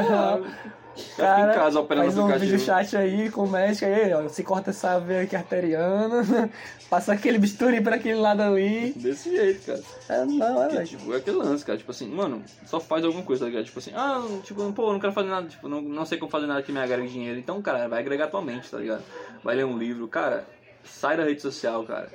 cara, em casa, operando faz um vídeo chat aí com o médico aí, ó, você corta essa veia aqui arteriana, passa aquele bisturi pra aquele lado ali. Desse jeito, cara. Velho. Tipo, é aquele lance, cara, tipo assim, mano, só faz alguma coisa, tá ligado? Tipo assim, tipo, pô, não quero fazer nada, tipo, não sei como fazer nada que me agregue dinheiro. Então, cara, vai agregar tua mente, tá ligado? Vai ler um livro, cara, sai da rede social, cara.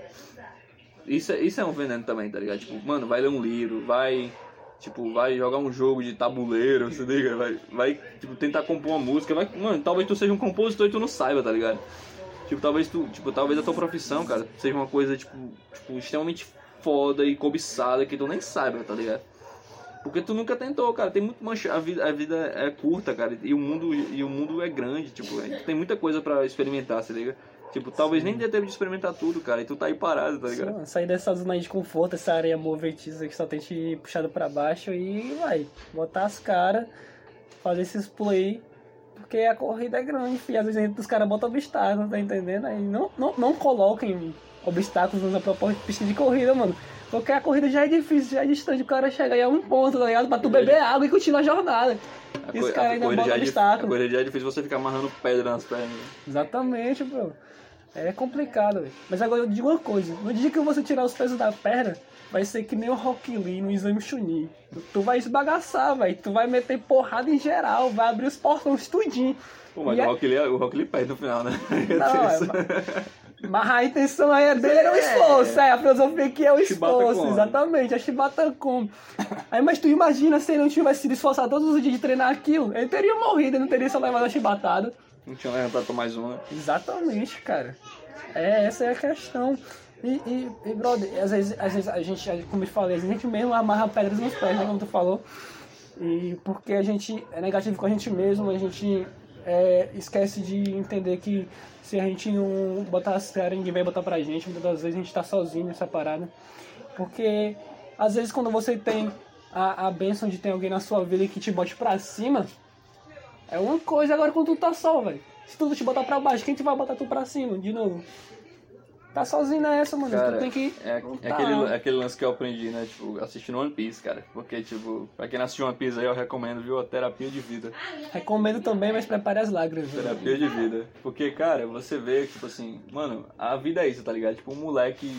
Isso é um veneno também, tá ligado? Tipo, mano, vai ler um livro, vai jogar um jogo de tabuleiro, você liga? Vai tipo, tentar compor uma música, mano, talvez tu seja um compositor e tu não saiba, tá ligado? Tipo, talvez a tua profissão, cara, seja uma coisa, tipo, extremamente foda e cobiçada que tu nem saiba, tá ligado? Porque tu nunca tentou, cara, tem muito a vida é curta, cara, e o mundo é grande, tipo, tem muita coisa pra experimentar, você liga? Tipo, talvez nem dê tempo de experimentar tudo, cara, e tu tá aí parado, tá ligado? Sim, sair dessa zona de conforto, essa areia movediça que só tem te puxado pra baixo e botar as caras, fazer esses play, porque a corrida é grande, filho. Às vezes os caras botam obstáculos, tá entendendo? Aí não coloquem obstáculos na própria pista de corrida, mano. Porque a corrida já é difícil, já é distante, o cara chega aí a um ponto, tá ligado? Pra tu beber água e continuar a jornada. E os caras ainda botam obstáculo. A corrida já é difícil você ficar amarrando pedra nas pernas. Exatamente, bro. É complicado, velho. Mas agora eu digo uma coisa. No dia que você tirar os pesos da perna, vai ser que nem o Rock Lee no exame Chunin. Tu vai esbagaçar, velho. Tu vai meter porrada em geral, vai abrir os portões tudinho. Pô, mas o Rock Lee perde no final, né? Não, mas a intenção aí dele era o esforço, a filosofia que é o esforço, exatamente, a Shibata Come. Aí, mas tu imagina se ele não tivesse sido esforçado todos os dias de treinar aquilo, ele teria morrido, ele não teria só levado a chibatada. Não tinha levantado mais uma, né? Exatamente, cara. Essa é a questão. E brother, às vezes a gente, como eu falei, a gente mesmo amarra pedras nos pés, né, como tu falou. E porque a gente é negativo com a gente mesmo, a gente esquece de entender que se a gente não botar as caras, ninguém vai botar pra gente. Muitas das vezes a gente tá sozinho nessa parada. Porque, às vezes, quando você tem a bênção de ter alguém na sua vida que te bote pra cima, é uma coisa. Agora, quando tu tá só, velho, se tu te botar pra baixo, quem te vai botar tu pra cima, de novo? Tá sozinho nessa, mano. Cara, tu tem que... aquele lance que eu aprendi, né? Tipo, assistindo One Piece, cara. Porque, tipo, pra quem não assistiu One Piece aí, eu recomendo, viu? A terapia de vida. Recomendo também, mas prepare as lágrimas. Viu? Terapia de vida. Porque, cara, você vê, tipo assim, mano, a vida é isso, tá ligado? Tipo, um moleque,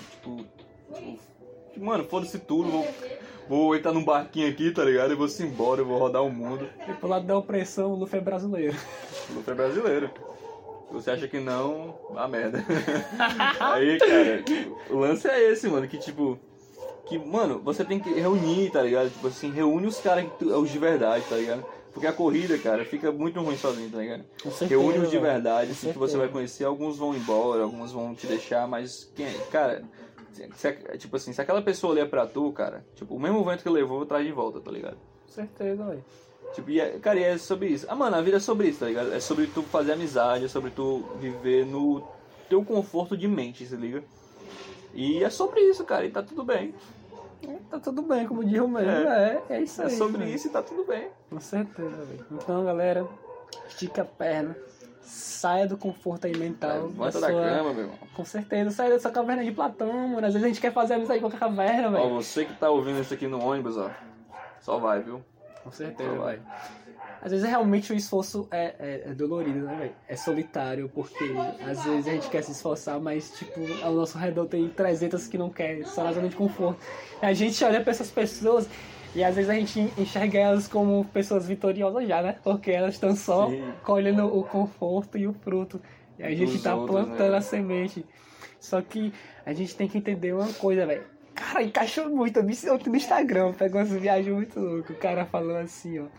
mano, foda-se tudo, vou entrar num barquinho aqui, tá ligado? E vou se embora, eu vou rodar o mundo. E pro lado da opressão, o Luffy é brasileiro. O Luffy é brasileiro. Você acha que não, a merda. Aí, cara, o lance é esse, mano, que tipo... Que, mano, você tem que reunir, tá ligado? Tipo assim, reúne os caras, os de verdade, tá ligado? Porque a corrida, cara, fica muito ruim sozinho, tá ligado? Com certeza, reúne os de velho. verdade, Com assim, que você certeza. vai conhecer. Alguns vão embora, alguns vão te deixar, mas, cara... tipo assim, se aquela pessoa ali é pra tu, cara, tipo, o mesmo vento que levou, traz de volta, tá ligado? Com certeza, velho. Tipo, cara, e é sobre isso. Ah, mano, a vida é sobre isso, tá ligado? É sobre tu fazer amizade, é sobre tu viver no teu conforto de mente, se liga? E é sobre isso, cara, e tá tudo bem. Tá tudo bem, como diz o mesmo. É isso É aí. sobre velho. isso e tá tudo bem. Com certeza, velho. Então, galera, estica a perna. Saia do conforto aí mental. Levanta da cama, meu irmão. Com certeza, saia dessa caverna de Platão, mano. Às vezes a gente quer fazer amizade com a caverna, Ó, velho. você que tá ouvindo isso aqui no ônibus, ó, só vai, viu? Com certeza, Só vai. velho. Às vezes realmente o esforço é dolorido, né, velho? É solitário, porque às vezes a gente quer se esforçar, mas, tipo, ao nosso redor tem 300 que não querem, só na zona de conforto. A gente olha pra essas pessoas e às vezes a gente enxerga elas como pessoas vitoriosas já, né? Porque elas estão só Sim. colhendo o conforto e o fruto. E a gente Dos tá outros, plantando né? a semente. Só que a gente tem que entender uma coisa, velho. Cara, encaixou muito. Eu vi ontem no Instagram, pegou umas viagens muito loucas. O cara falou assim, ó.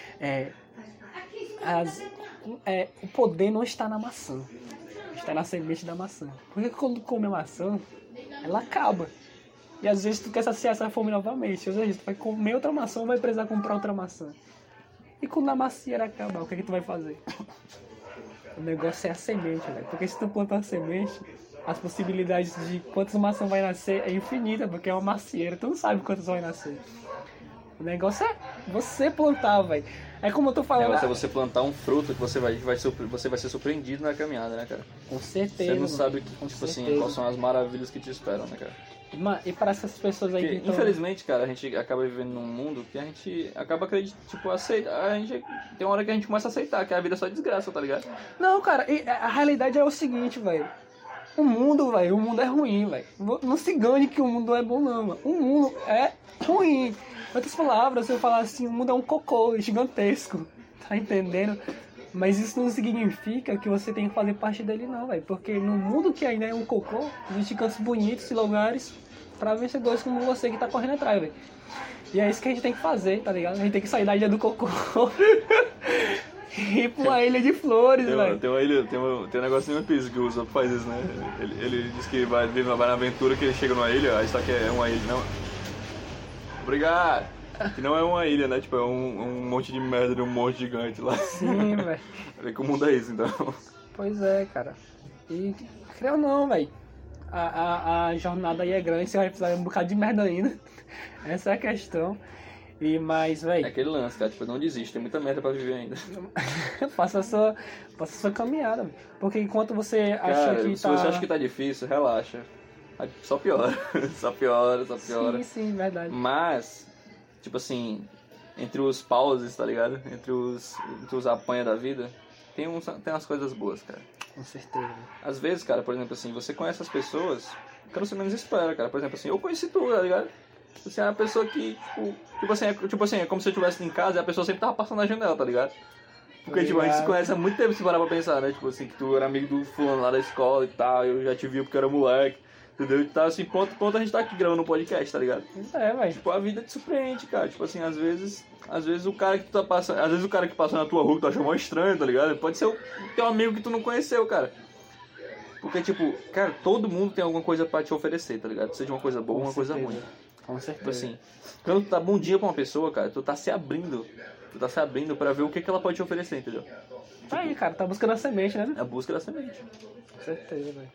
O poder não está na maçã, está na semente da maçã. Porque quando come a maçã, ela acaba. E às vezes tu quer saciar essa fome novamente. Às vezes tu vai comer outra maçã ou vai precisar comprar outra maçã. E quando a macieira acabar, o que é que tu vai fazer? O negócio é a semente, velho. Porque se tu plantar a semente, as possibilidades de quantas maçãs vai nascer é infinita, porque é uma macieira. Tu não sabe quantas vai nascer. O negócio é você plantar, velho. É como eu tô falando. É você plantar um fruto que você vai ser surpreendido na caminhada, né, cara? Com certeza. Você não mano. sabe, Com tipo assim, certeza. quais são as maravilhas que te esperam, né, cara? E para essas pessoas aí Porque, que tão... infelizmente, cara, a gente acaba vivendo num mundo que a gente acaba acreditando, tipo, a gente tem uma hora que a gente começa a aceitar que a vida é só desgraça, tá ligado? Não, cara, a realidade é o seguinte, velho. O mundo é ruim, velho. Não se engane que o mundo é bom, não, mano. O mundo é ruim. Em outras palavras, se eu falar assim, o mundo é um cocô gigantesco. Tá entendendo? Mas isso não significa que você tem que fazer parte dele, não, velho. Porque no mundo que ainda é um cocô, existem cantos bonitos e lugares pra vencedores como você que tá correndo atrás, velho. E é isso que a gente tem que fazer, tá ligado? A gente tem que sair da ilha do cocô e ir pra uma ilha de flores, velho. Tem uma ilha, tem um negocinho no piso que o Usopp faz isso, né? Ele diz que vai na aventura que ele chega numa ilha, aí só que é uma ilha, não. Obrigado! Que não é uma ilha, né? Tipo, é um monte de merda de um monte gigante lá. Sim, velho. Vê que o mundo é isso, então. Pois é, cara. E, creio não, velho. A jornada aí é grande, você vai precisar de um bocado de merda ainda. Essa é a questão. Mas, É velho, aquele lance, cara. Tipo, não desiste, tem muita merda pra viver ainda. faça a sua caminhada, véio. Porque enquanto você acha Cara, que se tá... você acha que tá difícil, relaxa. Só piora. Só piora. Sim, verdade. Mas, tipo assim, entre os pauses, tá ligado? Entre os apanha da vida, tem umas coisas boas, cara. Com certeza. Às vezes, cara, por exemplo assim, você conhece as pessoas que você menos espera, cara. Por exemplo assim, eu conheci tu, tá ligado? Você é uma pessoa que, tipo assim, é como se eu estivesse em casa e a pessoa sempre tava passando na janela, tá ligado? Porque, tipo, a gente se conhece há muito tempo, se parar pra pensar, né? Tipo assim, que tu era amigo do fulano lá da escola e tal, eu já te vi porque eu era moleque, entendeu? E tal, assim, ponto a gente tá aqui gravando um podcast, tá ligado? É, velho. Tipo, a vida te surpreende, cara. Tipo assim, às vezes o cara que tu tá passando, às vezes o cara que passou na tua rua que tu achou mó estranho, tá ligado? Pode ser o teu amigo que tu não conheceu, cara. Porque, tipo, cara, todo mundo tem alguma coisa pra te oferecer, tá ligado? Seja uma coisa boa ou uma coisa ruim. Com certeza. Tipo assim, quando tu tá bom dia pra uma pessoa, cara, tu tá se abrindo pra ver o que ela pode te oferecer, entendeu? Aí, cara, tá buscando a semente, né? É a busca da semente. Com certeza, velho.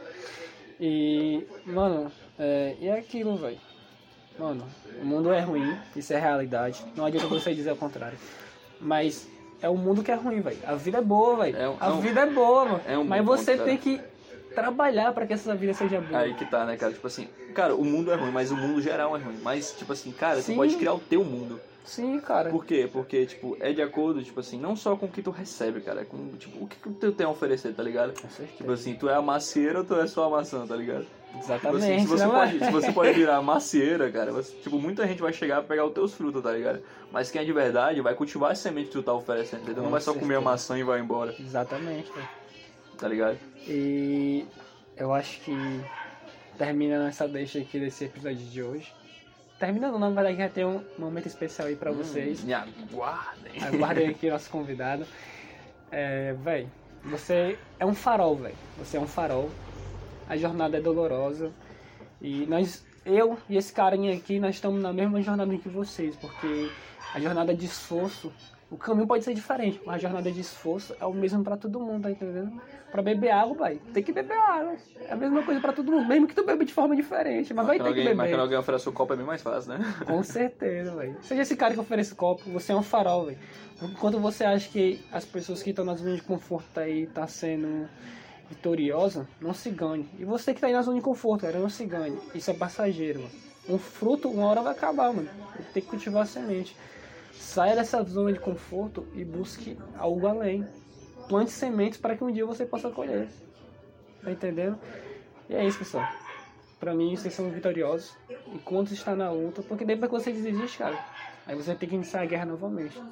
E, mano, e é aquilo, velho. Mano, o mundo é ruim, isso é realidade. Não adianta você dizer o contrário. Mas é o mundo que é ruim, velho. A vida é boa, velho. A vida é boa, mano. Mas você tem que trabalhar pra que essa vida seja boa. Aí que tá, né, cara? Tipo assim, cara, o mundo é ruim, mas o mundo geral é ruim. Mas, tipo assim, cara, Sim. tu pode criar o teu mundo. Sim, cara. Por quê? Porque, tipo, é de acordo, tipo assim, não só com o que tu recebe, cara. Com, tipo, o que tu tem a oferecer, tá ligado? Com certeza. Tipo assim, tu é a macieira ou tu é só a maçã, tá ligado? Exatamente. Tipo assim, né, se você pode virar macieira, cara, tipo, muita gente vai chegar pra pegar os teus frutos, tá ligado? Mas quem é de verdade vai cultivar a semente que tu tá oferecendo, entendeu? Não vai só comer a maçã e vai embora, Exatamente, velho. tá ligado? E eu acho que terminando essa deixa aqui desse episódio de hoje. Terminando, na verdade, vai ter um momento especial aí pra vocês. Me aguardem. Aguardem aqui o nosso convidado. Véi, você é um farol, velho. Você é um farol. A jornada é dolorosa. E eu e esse carinha aqui, nós estamos na mesma jornada que vocês. Porque a jornada de esforço, o caminho pode ser diferente, mas a jornada de esforço é o mesmo pra todo mundo, tá entendendo? Pra beber água, vai, tem que beber água. É a mesma coisa pra todo mundo, mesmo que tu beba de forma diferente, mas vai ter que beber. Mas quando alguém oferece o copo é bem mais fácil, né? Com certeza, velho. Seja esse cara que oferece copo, você é um farol, velho. Enquanto você acha que as pessoas que estão na zona de conforto aí tá sendo vitoriosa, não se ganhe. E você que tá aí na zona de conforto, cara, não se ganhe. Isso é passageiro, mano. Um fruto, uma hora vai acabar, mano. Tem que cultivar a semente. Saia dessa zona de conforto e busque algo além. Plante sementes para que um dia você possa colher. Tá entendendo? E é isso, pessoal. Pra mim, vocês são vitoriosos. Enquanto está na luta, porque depois que você desiste, cara, aí você tem que iniciar a guerra novamente.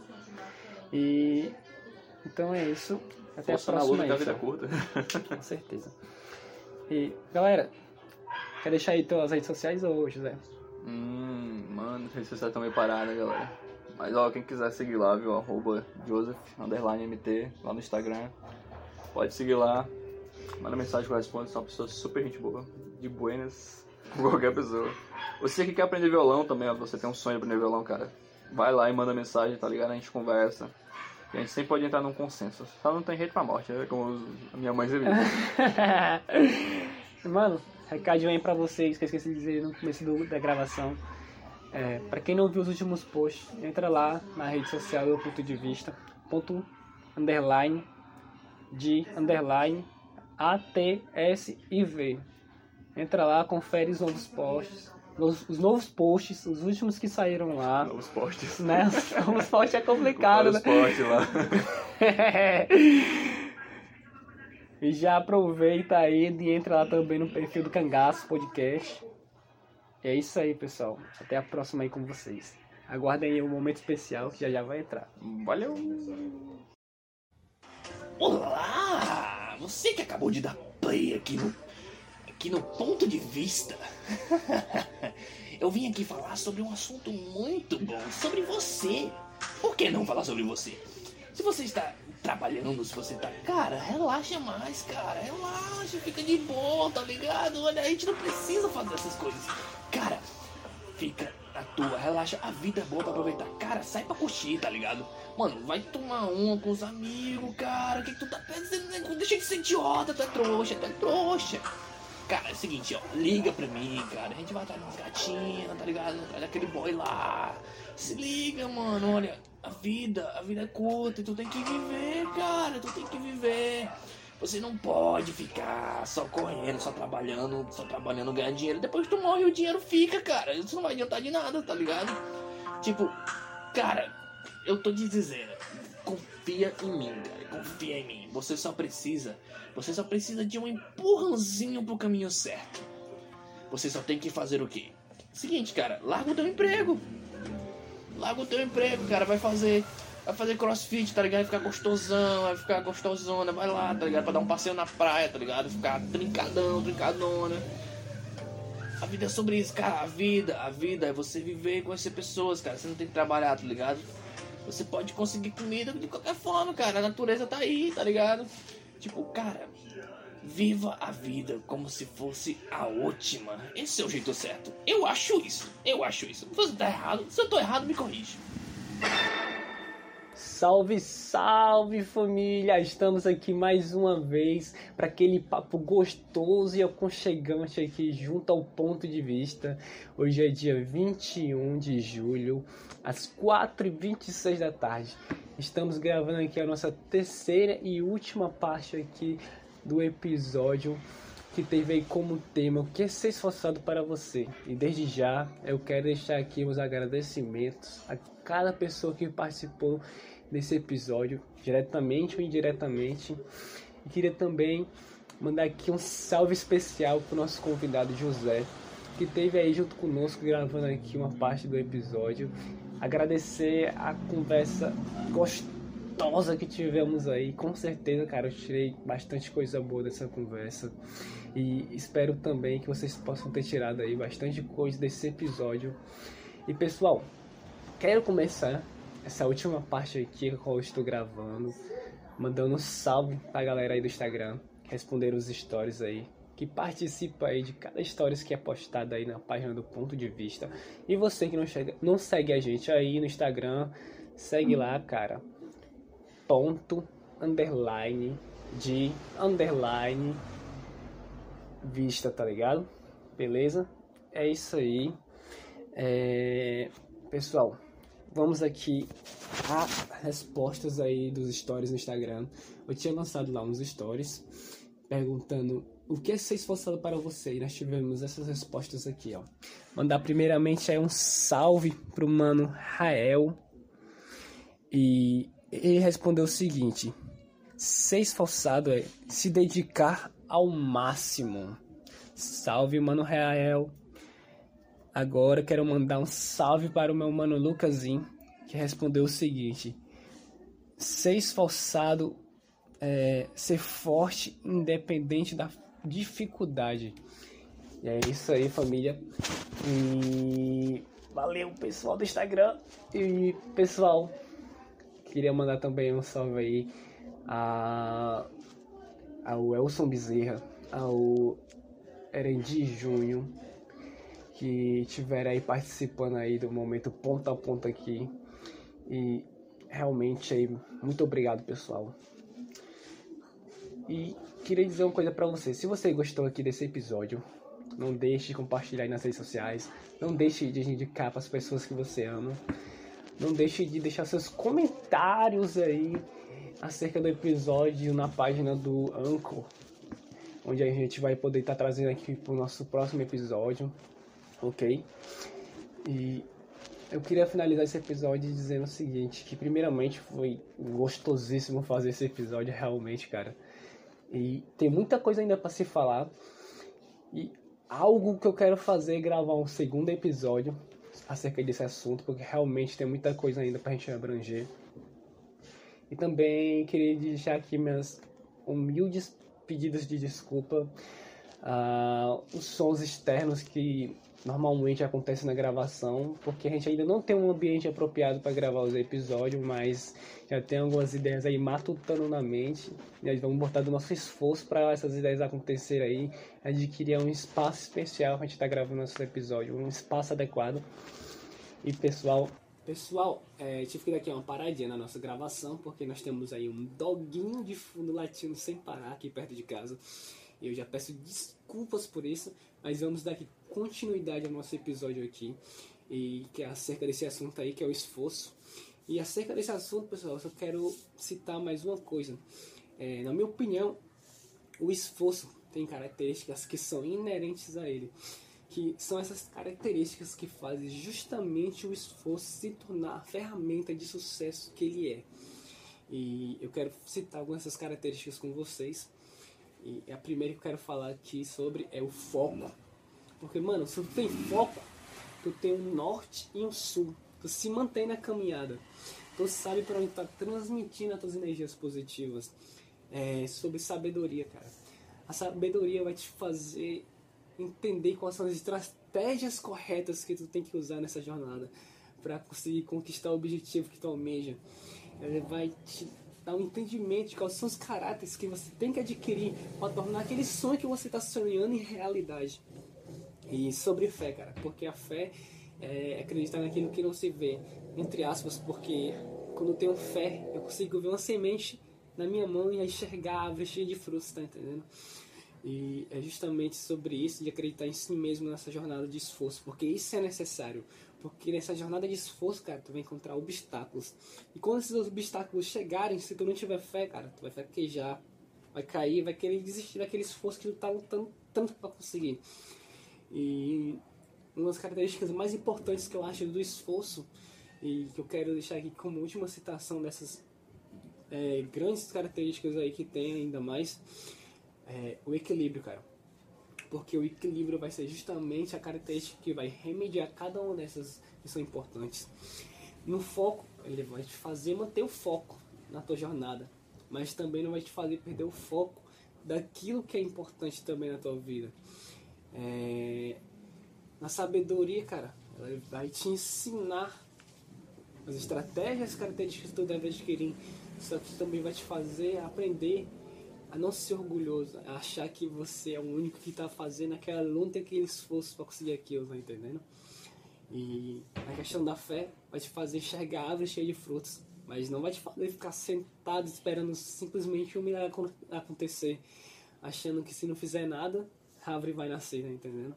E então é isso. Até Força a próxima na luta, aí, que a vida é pessoal. curta. Com certeza. E, galera, quer deixar aí tuas redes sociais ou José? Mano, as redes sociais estão meio paradas, galera. Mas ó, quem quiser seguir lá, viu? @Joseph_MT lá no Instagram. Pode seguir lá. Manda mensagem que eu respondo. Sou uma pessoa super gente boa. De buenas. Com qualquer pessoa. Você que quer aprender violão também, ó. Você tem um sonho de aprender violão, cara. Vai lá e manda mensagem, tá ligado? A gente conversa. E a gente sempre pode entrar num consenso. Só não tem jeito pra morte, né? Como a minha mãe sempre disse. Mano, recadinho aí pra vocês que eu esqueci de dizer no começo da gravação. Pra quem não viu os últimos posts, entra lá na rede social do Ponto de Vista, _ATSIV. Entra lá, confere os novos posts. Os novos posts, os últimos que saíram lá. Novos posts. Né? Os novos posts é complicado, né? Novos posts lá. E já aproveita aí e entra lá também no perfil do Cangaço Podcast. É isso aí, pessoal. Até a próxima aí com vocês. Aguardem aí um momento especial que já vai entrar. Valeu! Olá! Você que acabou de dar play aqui no Ponto de Vista. Eu vim aqui falar sobre um assunto muito bom, sobre você. Por que não falar sobre você? Se você está trabalhando, se você tá... Cara, relaxa mais, cara. Relaxa, fica de boa, tá ligado? Olha, a gente não precisa fazer essas coisas. Cara, fica na tua, relaxa. A vida é boa pra aproveitar. Cara, sai pra curtir, tá ligado? Mano, vai tomar uma com os amigos, cara. O que tu tá pensando? Deixa de ser idiota, tu é trouxa. Cara, é o seguinte, ó, liga pra mim, cara. A gente vai atrás de umas gatinhas, tá ligado? Atrás daquele boy lá. Se liga, mano, olha. A vida é curta e tu tem que viver, cara. Tu tem que viver. Você não pode ficar só correndo, só trabalhando, ganhar dinheiro. Depois que tu morre, o dinheiro fica, cara. Isso não vai adiantar de nada, tá ligado? Tipo, cara, eu tô te dizendo, confia em mim, cara. Confia em mim. Você só precisa de um empurrãozinho pro caminho certo. Você só tem que fazer o quê? Seguinte, cara, larga o teu emprego. Larga o teu emprego, cara. Vai fazer crossfit, tá ligado? Vai ficar gostosão, vai ficar gostosona. Vai lá, tá ligado? Pra dar um passeio na praia, tá ligado? Ficar trincadona. A vida é sobre isso, cara. A vida é você viver e conhecer pessoas, cara. Você não tem que trabalhar, tá ligado? Você pode conseguir comida de qualquer forma, cara. A natureza tá aí, tá ligado? Tipo, cara, viva a vida como se fosse a última. Esse é o jeito certo. Eu acho isso. Se você tá errado, se eu tô errado, me corrige. Salve, salve família! Estamos aqui mais uma vez para aquele papo gostoso e aconchegante aqui junto ao Ponto de Vista. Hoje é dia 21 de julho, às 4h26 da tarde. Estamos gravando aqui a nossa terceira e última parte aqui do episódio que teve aí como tema o que é ser esforçado para você. E desde já eu quero deixar aqui os agradecimentos a cada pessoa que participou desse episódio, diretamente ou indiretamente. E queria também mandar aqui um salve especial para o nosso convidado José, que esteve aí junto conosco gravando aqui uma parte do episódio. Agradecer a conversa gostosa que tivemos aí. Com certeza, cara, eu tirei bastante coisa boa dessa conversa. E espero também que vocês possam ter tirado aí bastante coisa desse episódio. E pessoal, quero começar essa última parte aqui que eu estou gravando, mandando um salve pra galera aí do Instagram, responder os stories aí, que participa aí de cada story que é postada aí na página do Ponto de Vista. E você que não segue a gente aí no Instagram, segue lá, cara. Ponto, underline, de, underline, vista, tá ligado? Beleza? É isso aí. Pessoal, vamos aqui a respostas aí dos stories no Instagram. Eu tinha lançado lá uns stories perguntando o que é ser esforçado para você, e nós tivemos essas respostas aqui, ó. Mandar primeiramente aí um salve pro mano Rael, e ele respondeu o seguinte: ser esforçado é se dedicar ao máximo. Salve, mano Rael. Agora quero mandar um salve para o meu mano Lucasinho, que respondeu o seguinte: ser esforçado é ser forte independente da dificuldade. E é isso aí, família. E valeu, pessoal do Instagram. E pessoal, queria mandar também um salve aí ao Elson Bezerra, ao Erendi Júnior, que estiveram aí participando aí do momento ponto a ponto aqui. E realmente aí, muito obrigado, pessoal. E queria dizer uma coisa pra você: se você gostou aqui desse episódio, não deixe de compartilhar aí nas redes sociais, não deixe de indicar para as pessoas que você ama, não deixe de deixar seus comentários aí acerca do episódio na página do Anchor, onde a gente vai poder estar trazendo aqui pro nosso próximo episódio, ok? E eu queria finalizar esse episódio dizendo o seguinte, que primeiramente foi gostosíssimo fazer esse episódio, realmente, cara. E tem muita coisa ainda para se falar. E algo que eu quero fazer é gravar um segundo episódio acerca desse assunto, porque realmente tem muita coisa ainda pra gente abranger. E também queria deixar aqui minhas humildes pedidos de desculpa os sons externos que normalmente acontecem na gravação, porque a gente ainda não tem um ambiente apropriado para gravar os episódios, mas já tem algumas ideias aí matutando na mente, e nós vamos botar do nosso esforço para essas ideias acontecerem aí, adquirir um espaço especial para a gente estar gravando nosso episódio, um espaço adequado. E pessoal, tive que dar aqui uma paradinha na nossa gravação, porque nós temos aí um doguinho de fundo latindo sem parar aqui perto de casa. E eu já peço desculpas por isso, mas vamos dar aqui continuidade ao nosso episódio aqui, e que é acerca desse assunto aí, que é o esforço. E acerca desse assunto, pessoal, eu só quero citar mais uma coisa. Na minha opinião, o esforço tem características que são inerentes a ele, que são essas características que fazem justamente o esforço se tornar a ferramenta de sucesso que ele é. E eu quero citar algumas dessas características com vocês. E a primeira que eu quero falar aqui sobre é o foco. Porque, mano, se tu tem foco, tu tem um norte e um sul. Tu se mantém na caminhada. Tu sabe para onde tá transmitindo as tuas energias positivas. Sobre sabedoria, cara. A sabedoria vai te fazer entender quais são as estratégias corretas que tu tem que usar nessa jornada para conseguir conquistar o objetivo que tu almeja. Ela vai te dar um entendimento de quais são os caráteres que você tem que adquirir para tornar aquele sonho que você está sonhando em realidade. E sobre fé, cara, porque a fé é acreditar naquilo que não se vê, entre aspas, porque quando eu tenho fé, eu consigo ver uma semente na minha mão e enxergar a árvore cheia de frutos, tá entendendo? E é justamente sobre isso, de acreditar em si mesmo nessa jornada de esforço, porque isso é necessário. Porque nessa jornada de esforço, cara, tu vai encontrar obstáculos. E quando esses obstáculos chegarem, se tu não tiver fé, cara, tu vai fraquejar, vai cair, vai querer desistir daquele esforço que tu tá lutando tanto pra conseguir. E uma das características mais importantes que eu acho do esforço, e que eu quero deixar aqui como última citação dessas grandes características aí que tem ainda mais, é o equilíbrio, cara. Porque o equilíbrio vai ser justamente a característica que vai remediar cada uma dessas que são importantes. No foco, ele vai te fazer manter o foco na tua jornada, mas também não vai te fazer perder o foco daquilo que é importante também na tua vida. Na sabedoria, cara, ela vai te ensinar as estratégias, as características que tu deve adquirir, só que também vai te fazer aprender a não ser orgulhoso, a achar que você é o único que está fazendo aquela luta, aquele esforço para conseguir aquilo, tá entendendo? E a questão da fé vai te fazer enxergar a árvore cheia de frutos, mas não vai te fazer ficar sentado esperando simplesmente um milagre acontecer, achando que se não fizer nada, a árvore vai nascer, tá entendendo?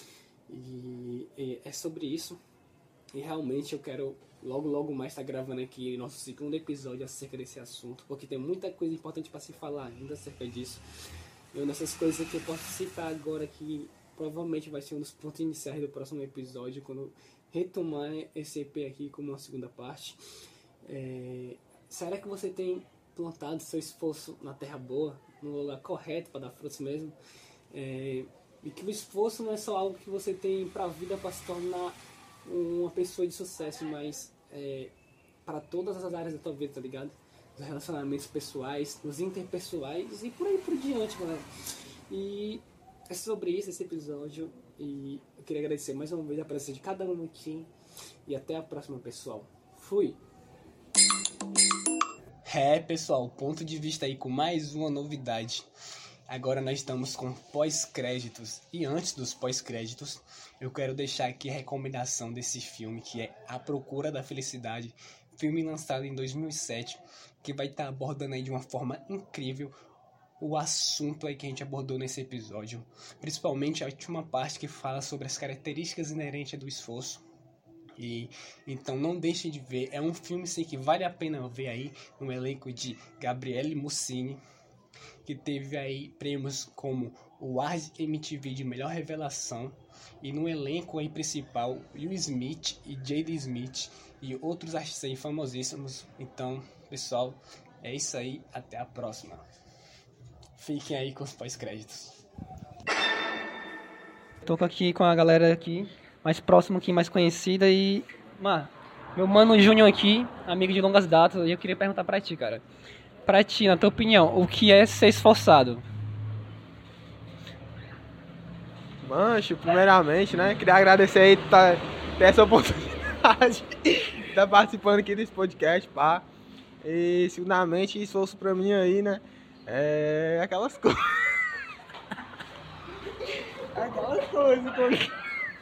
E é sobre isso. E realmente eu quero logo mais estar gravando aqui nosso segundo episódio acerca desse assunto, porque tem muita coisa importante para se falar ainda acerca disso. E uma dessas coisas que eu posso citar agora, que provavelmente vai ser um dos pontos iniciais do próximo episódio, quando eu retomar esse EP aqui como uma segunda parte. Será que você tem plantado seu esforço na terra boa, no lugar correto para dar frutos mesmo? E que o esforço não é só algo que você tem para a vida para se tornar uma pessoa de sucesso, mas para todas as áreas da tua vida, tá ligado? Os relacionamentos pessoais, os interpessoais e por aí por diante, galera. E é sobre isso esse episódio, e eu queria agradecer mais uma vez a presença de cada um aqui, e até a próxima, pessoal. Fui! Pessoal, ponto de vista aí com mais uma novidade. Agora nós estamos com pós-créditos, e antes dos pós-créditos, eu quero deixar aqui a recomendação desse filme, que é A Procura da Felicidade, filme lançado em 2007, que vai estar abordando aí de uma forma incrível o assunto aí que a gente abordou nesse episódio, principalmente a última parte que fala sobre as características inerentes do esforço. E então não deixem de ver, é um filme sim, que vale a pena ver aí, no elenco de Gabriele Mussini, que teve aí prêmios como o ARD MTV de melhor revelação, e no elenco aí principal Will Smith e Jada Smith e outros artistas aí famosíssimos. Então, pessoal, é isso aí, até a próxima. Fiquem aí com os pós-créditos. Tô aqui com a galera aqui mais próxima aqui, mais conhecida, e meu mano Júnior aqui, amigo de longas datas, e eu queria perguntar pra ti, cara. Pra ti, na tua opinião, o que é ser esforçado? Mancho, primeiramente, né, queria agradecer aí ter essa oportunidade de estar participando aqui desse podcast, pá. E, segundamente, esforço pra mim aí, né, aquelas coisas. Aquelas coisas.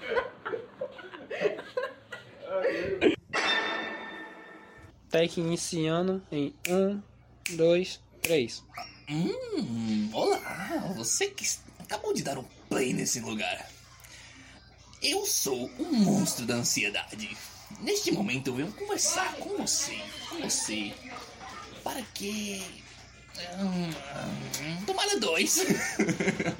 Tech iniciando em 1, 2, 3. Olá, você que acabou de dar um play nesse lugar. Eu sou um monstro da ansiedade. Neste momento eu venho conversar com você, para que... Tomara 2.